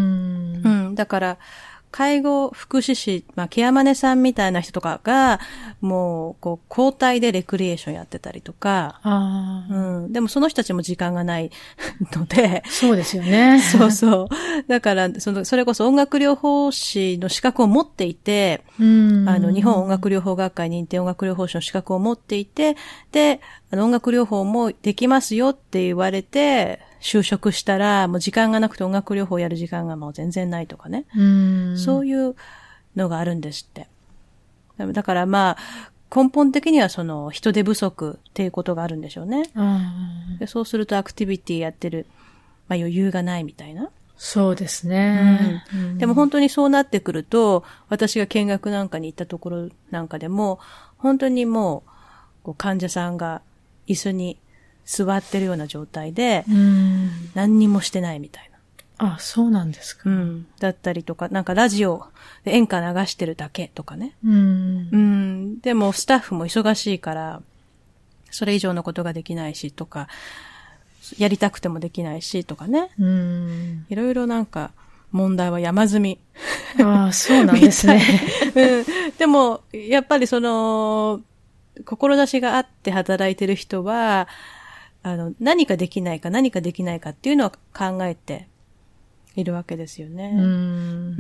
うん。だから、介護福祉士、まあ、ケアマネさんみたいな人とかが、もう、こう、交代でレクリエーションやってたりとか、あうん。でもその人たちも時間がないので。 そうですよね。 そうそう。だから、その、それこそ音楽療法士の資格を持っていて、うんあの、日本音楽療法学会認定音楽療法士の資格を持っていて、で、あの音楽療法もできますよって言われて、就職したら、もう時間がなくて音楽療法をやる時間がもう全然ないとかね。うんそういうのがあるんですって。だからまあ、根本的にはその人手不足っていうことがあるんでしょうね。うんでそうするとアクティビティやってる、まあ余裕がないみたいな。 そうですね、 うん。でも本当にそうなってくると、私が見学なんかに行ったところなんかでも、本当にもう、こう患者さんが椅子に座ってるような状態で、うん何にもしてないみたいな。 あ、そうなんですか。 うん。だったりとか、なんかラジオで演歌流してるだけとかね。うん。うん。でもスタッフも忙しいから、それ以上のことができないしとか、やりたくてもできないしとかね。うん。いろいろなんか問題は山積み。 ああ、そうなんですね。 うん。でも、やっぱりその、志があって働いてる人は、あの、何かできないか何かできないかっていうのは考えているわけですよね。うん。うん。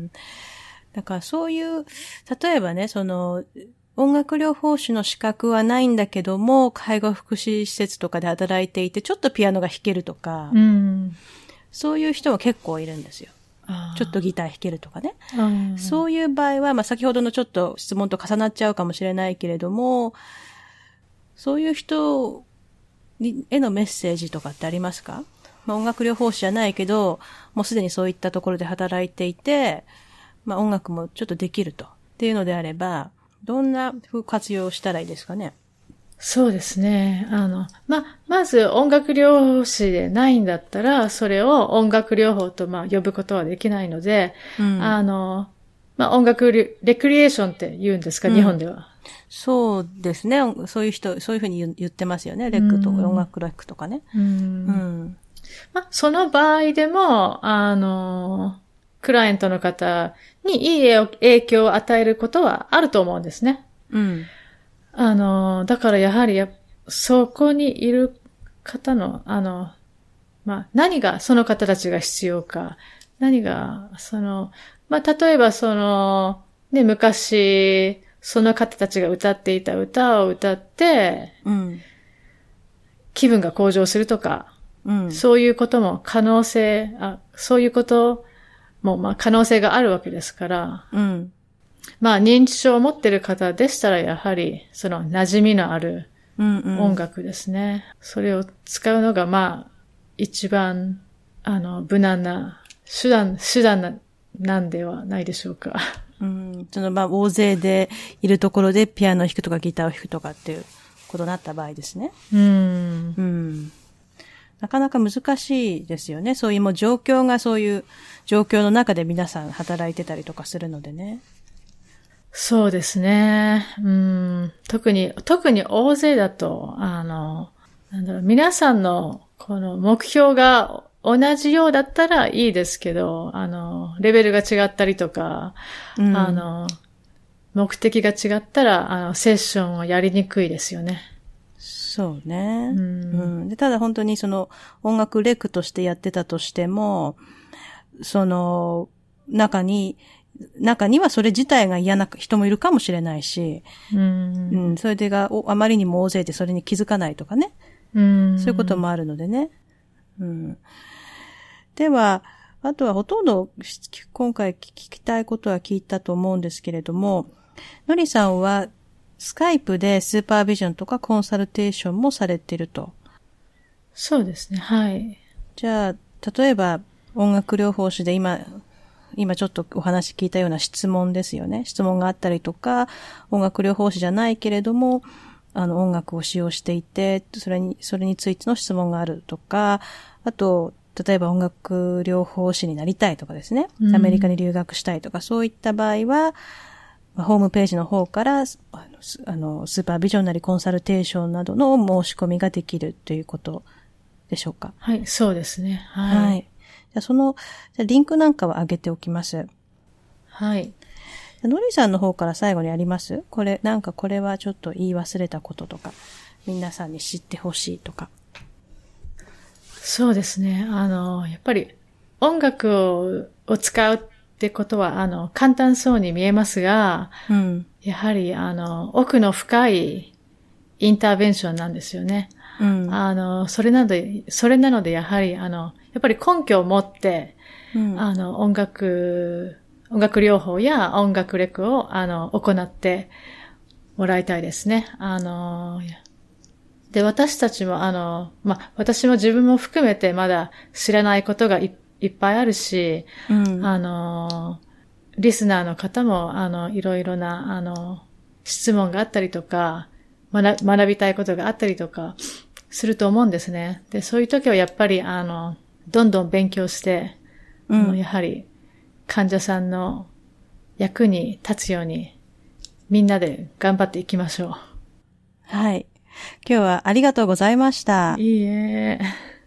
だからそういう、例えばね、その、音楽療法士の資格はないんだけども、介護福祉施設とかで働いていて、ちょっとピアノが弾けるとか、うん、そういう人も結構いるんですよ。ちょっとギター弾けるとかね。そういう場合は、まあ、先ほどのちょっと質問と重なっちゃうかもしれないけれども、そういう人へのメッセージとかってありますか？まあ、音楽療法士じゃないけど、もうすでにそういったところで働いていて、まあ、音楽もちょっとできると。っていうのであれば、どんな活用をしたらいいですかね？ そうですね。あの、ま、まず音楽療法士でないんだったら、それを音楽療法と、まあ、呼ぶことはできないので、うん、あの、まあ、音楽レ、レクリエーションって言うんですか、うん、日本では。 そうですね。そういう人、そういうふうに言ってますよね。レックとか、音楽レックとかね。うん。うん、 まあ、その場合でも、あの、クライアントの方にいい影響を与えることはあると思うんですね。うん。あの、だからやはりや、そこにいる方の、あの、まあ、何がその方たちが必要か、何が、その、まあ、例えばその、ね、昔、その方たちが歌っていた歌を歌って、うん、気分が向上するとか、うん、そういうことも可能性、あ、そういうことも、まあ、可能性があるわけですから、うん、まあ、認知症を持っている方でしたら、やはり、その、馴染みのある音楽ですね。うんうん、それを使うのが、まあ、一番、あの、無難な手段、手段な、なんではないでしょうか。 うん、その、まあ、大勢でいるところでピアノを弾くとかギターを弾くとかっていうことになった場合ですね。うん。うん。なかなか難しいですよね。そういうもう状況がそういう状況の中で皆さん働いてたりとかするのでね。 そうですね。うん。特に、特に大勢だと、あの、なんだろう、皆さんのこの目標が同じようだったらいいですけど、あの、レベルが違ったりとか、うん、あの、目的が違ったら、あの、セッションはやりにくいですよね。 そうね。うんうん、でただ本当にその音楽レクとしてやってたとしても、その中に、中にはそれ自体が嫌な人もいるかもしれないし、うんうん、それでがあまりにも大勢でそれに気づかないとかね。うん、そういうこともあるのでね。うん、では、あとはほとんど今回聞きたいことは聞いたと思うんですけれども、のりさんはスカイプでスーパービジョンとかコンサルテーションもされていると。 そうですね、はい。 じゃあ、例えば音楽療法士で今、今ちょっとお話聞いたような質問ですよね。質問があったりとか、音楽療法士じゃないけれども、あの音楽を使用していて、それに、それについての質問があるとか、あと、例えば音楽療法士になりたいとかですね。アメリカに留学したいとか、そういった場合は、ホームページの方から、あの、スーパービジョンなりコンサルテーションなどの申し込みができるということでしょうか。 はい、そうですね。はい。はい、 じゃあその、じゃあリンクなんかは上げておきます。 はい。 のりさんの方から最後にあります？これ、なんかこれはちょっと言い忘れたこととか、皆さんに知ってほしいとか。 そうですね。あの、やっぱり音楽を、を使うってことは、あの、簡単そうに見えますが、うん、やはり、あの、奥の深いインターベンションなんですよね。うん、あの、それなので、それなので、やはり、あの、やっぱり根拠を持って、うん、あの、音楽、音楽療法や音楽レクを、あの、行ってもらいたいですね。あの、で、私たちも、あの、ま、私も自分も含めてまだ知らないことがい、いっぱいあるし、うん、あの、リスナーの方も、あの、いろいろな、あの、質問があったりとか、学、学びたいことがあったりとか、すると思うんですね。で、そういう時はやっぱり、あの、どんどん勉強して、うん、あのやはり、患者さんの役に立つように、みんなで頑張っていきましょう。 はい。今日はありがとうございました。 いいえ。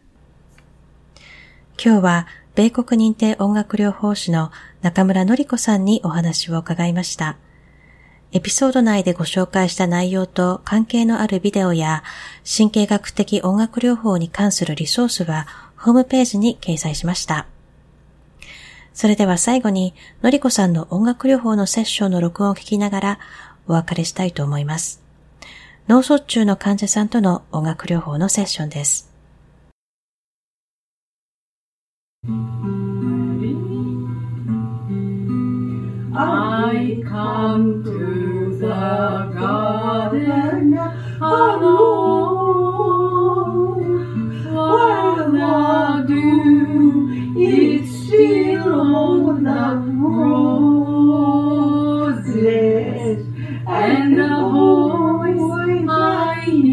今日は米国認定音楽療法士の中村のり子さんにお話を伺いました。エピソード内でご紹介した内容と関係のあるビデオや神経学的音楽療法に関するリソースはホームページに掲載しました。それでは最後にのりこさんの音楽療法のセッションの録音を聞きながらお別れしたいと思います。脳卒中の患者さんとの音楽療法のセッションです。I come to the garden alone while the dew is still on the roses and the voice I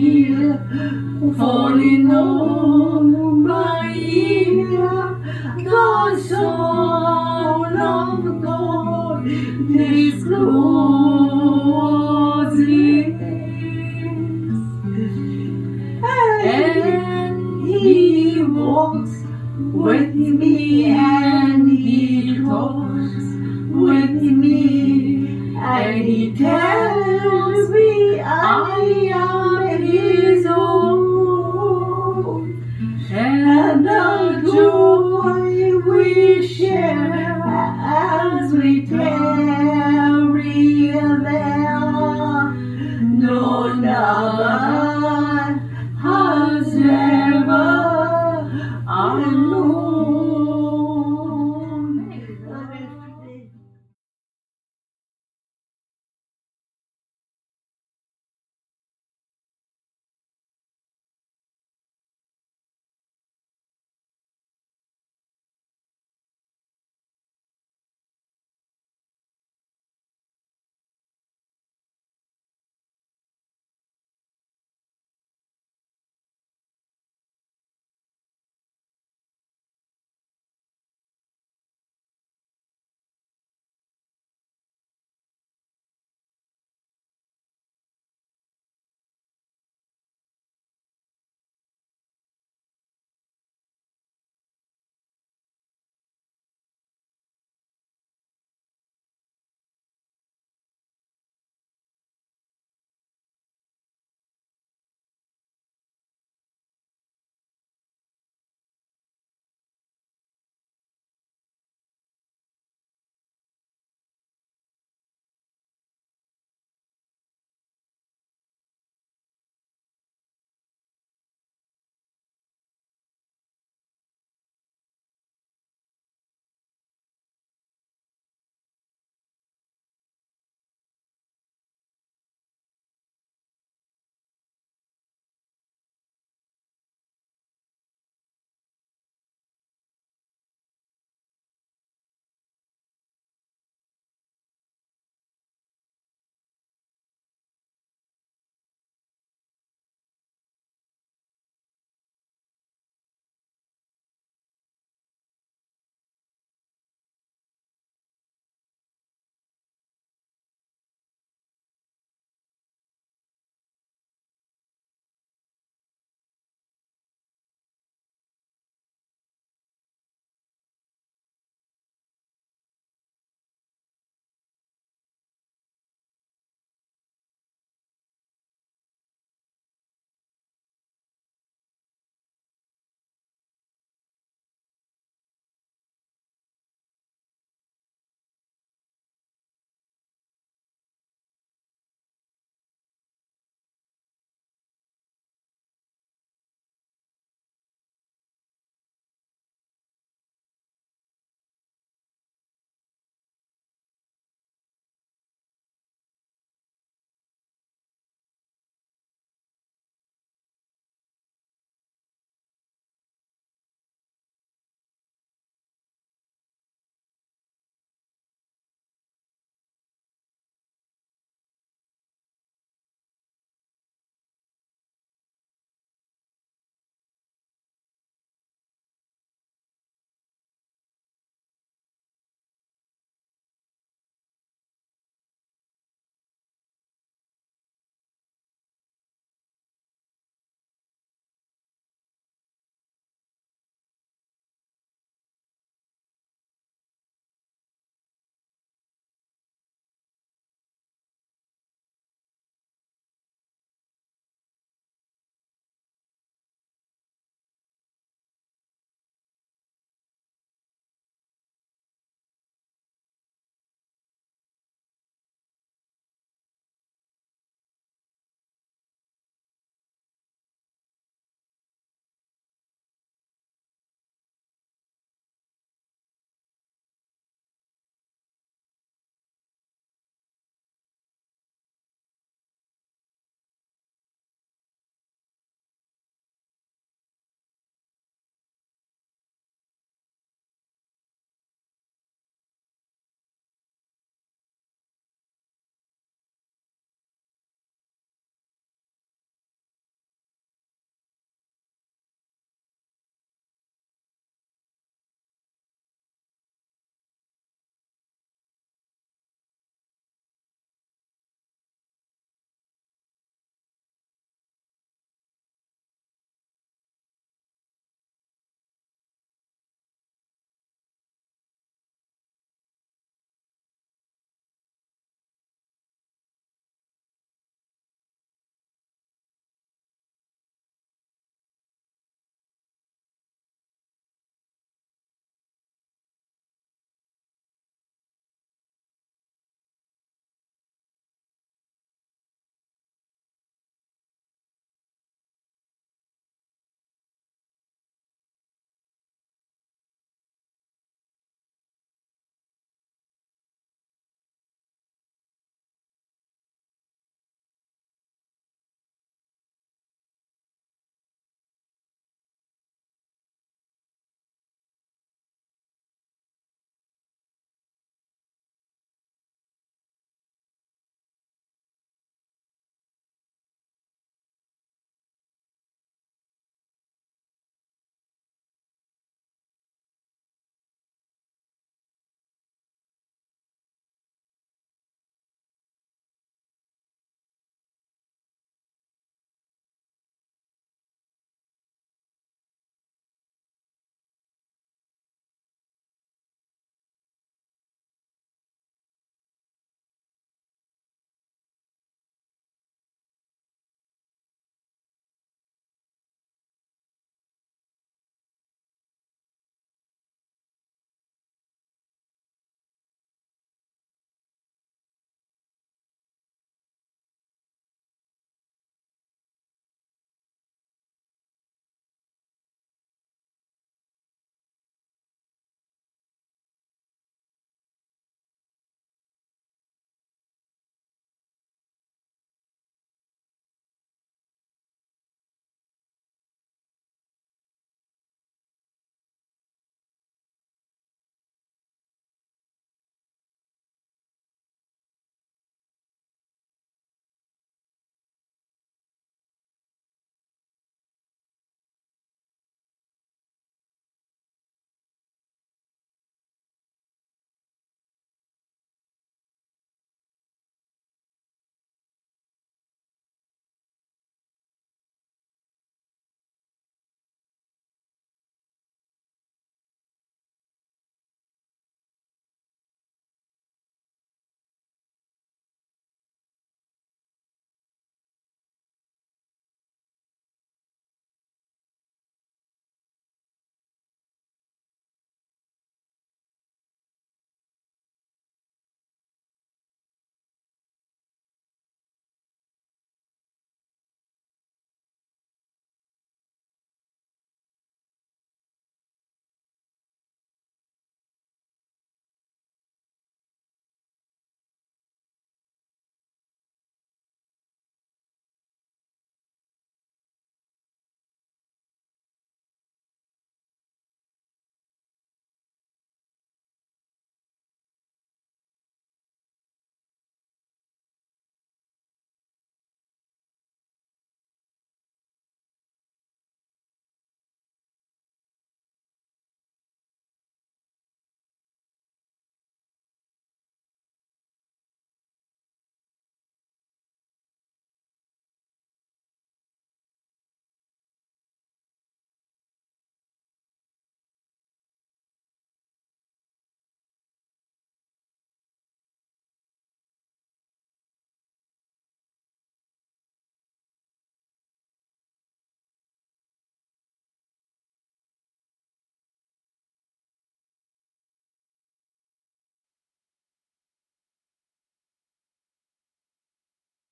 the Lord's is. And He walks with me and He talks with me and He tells me I am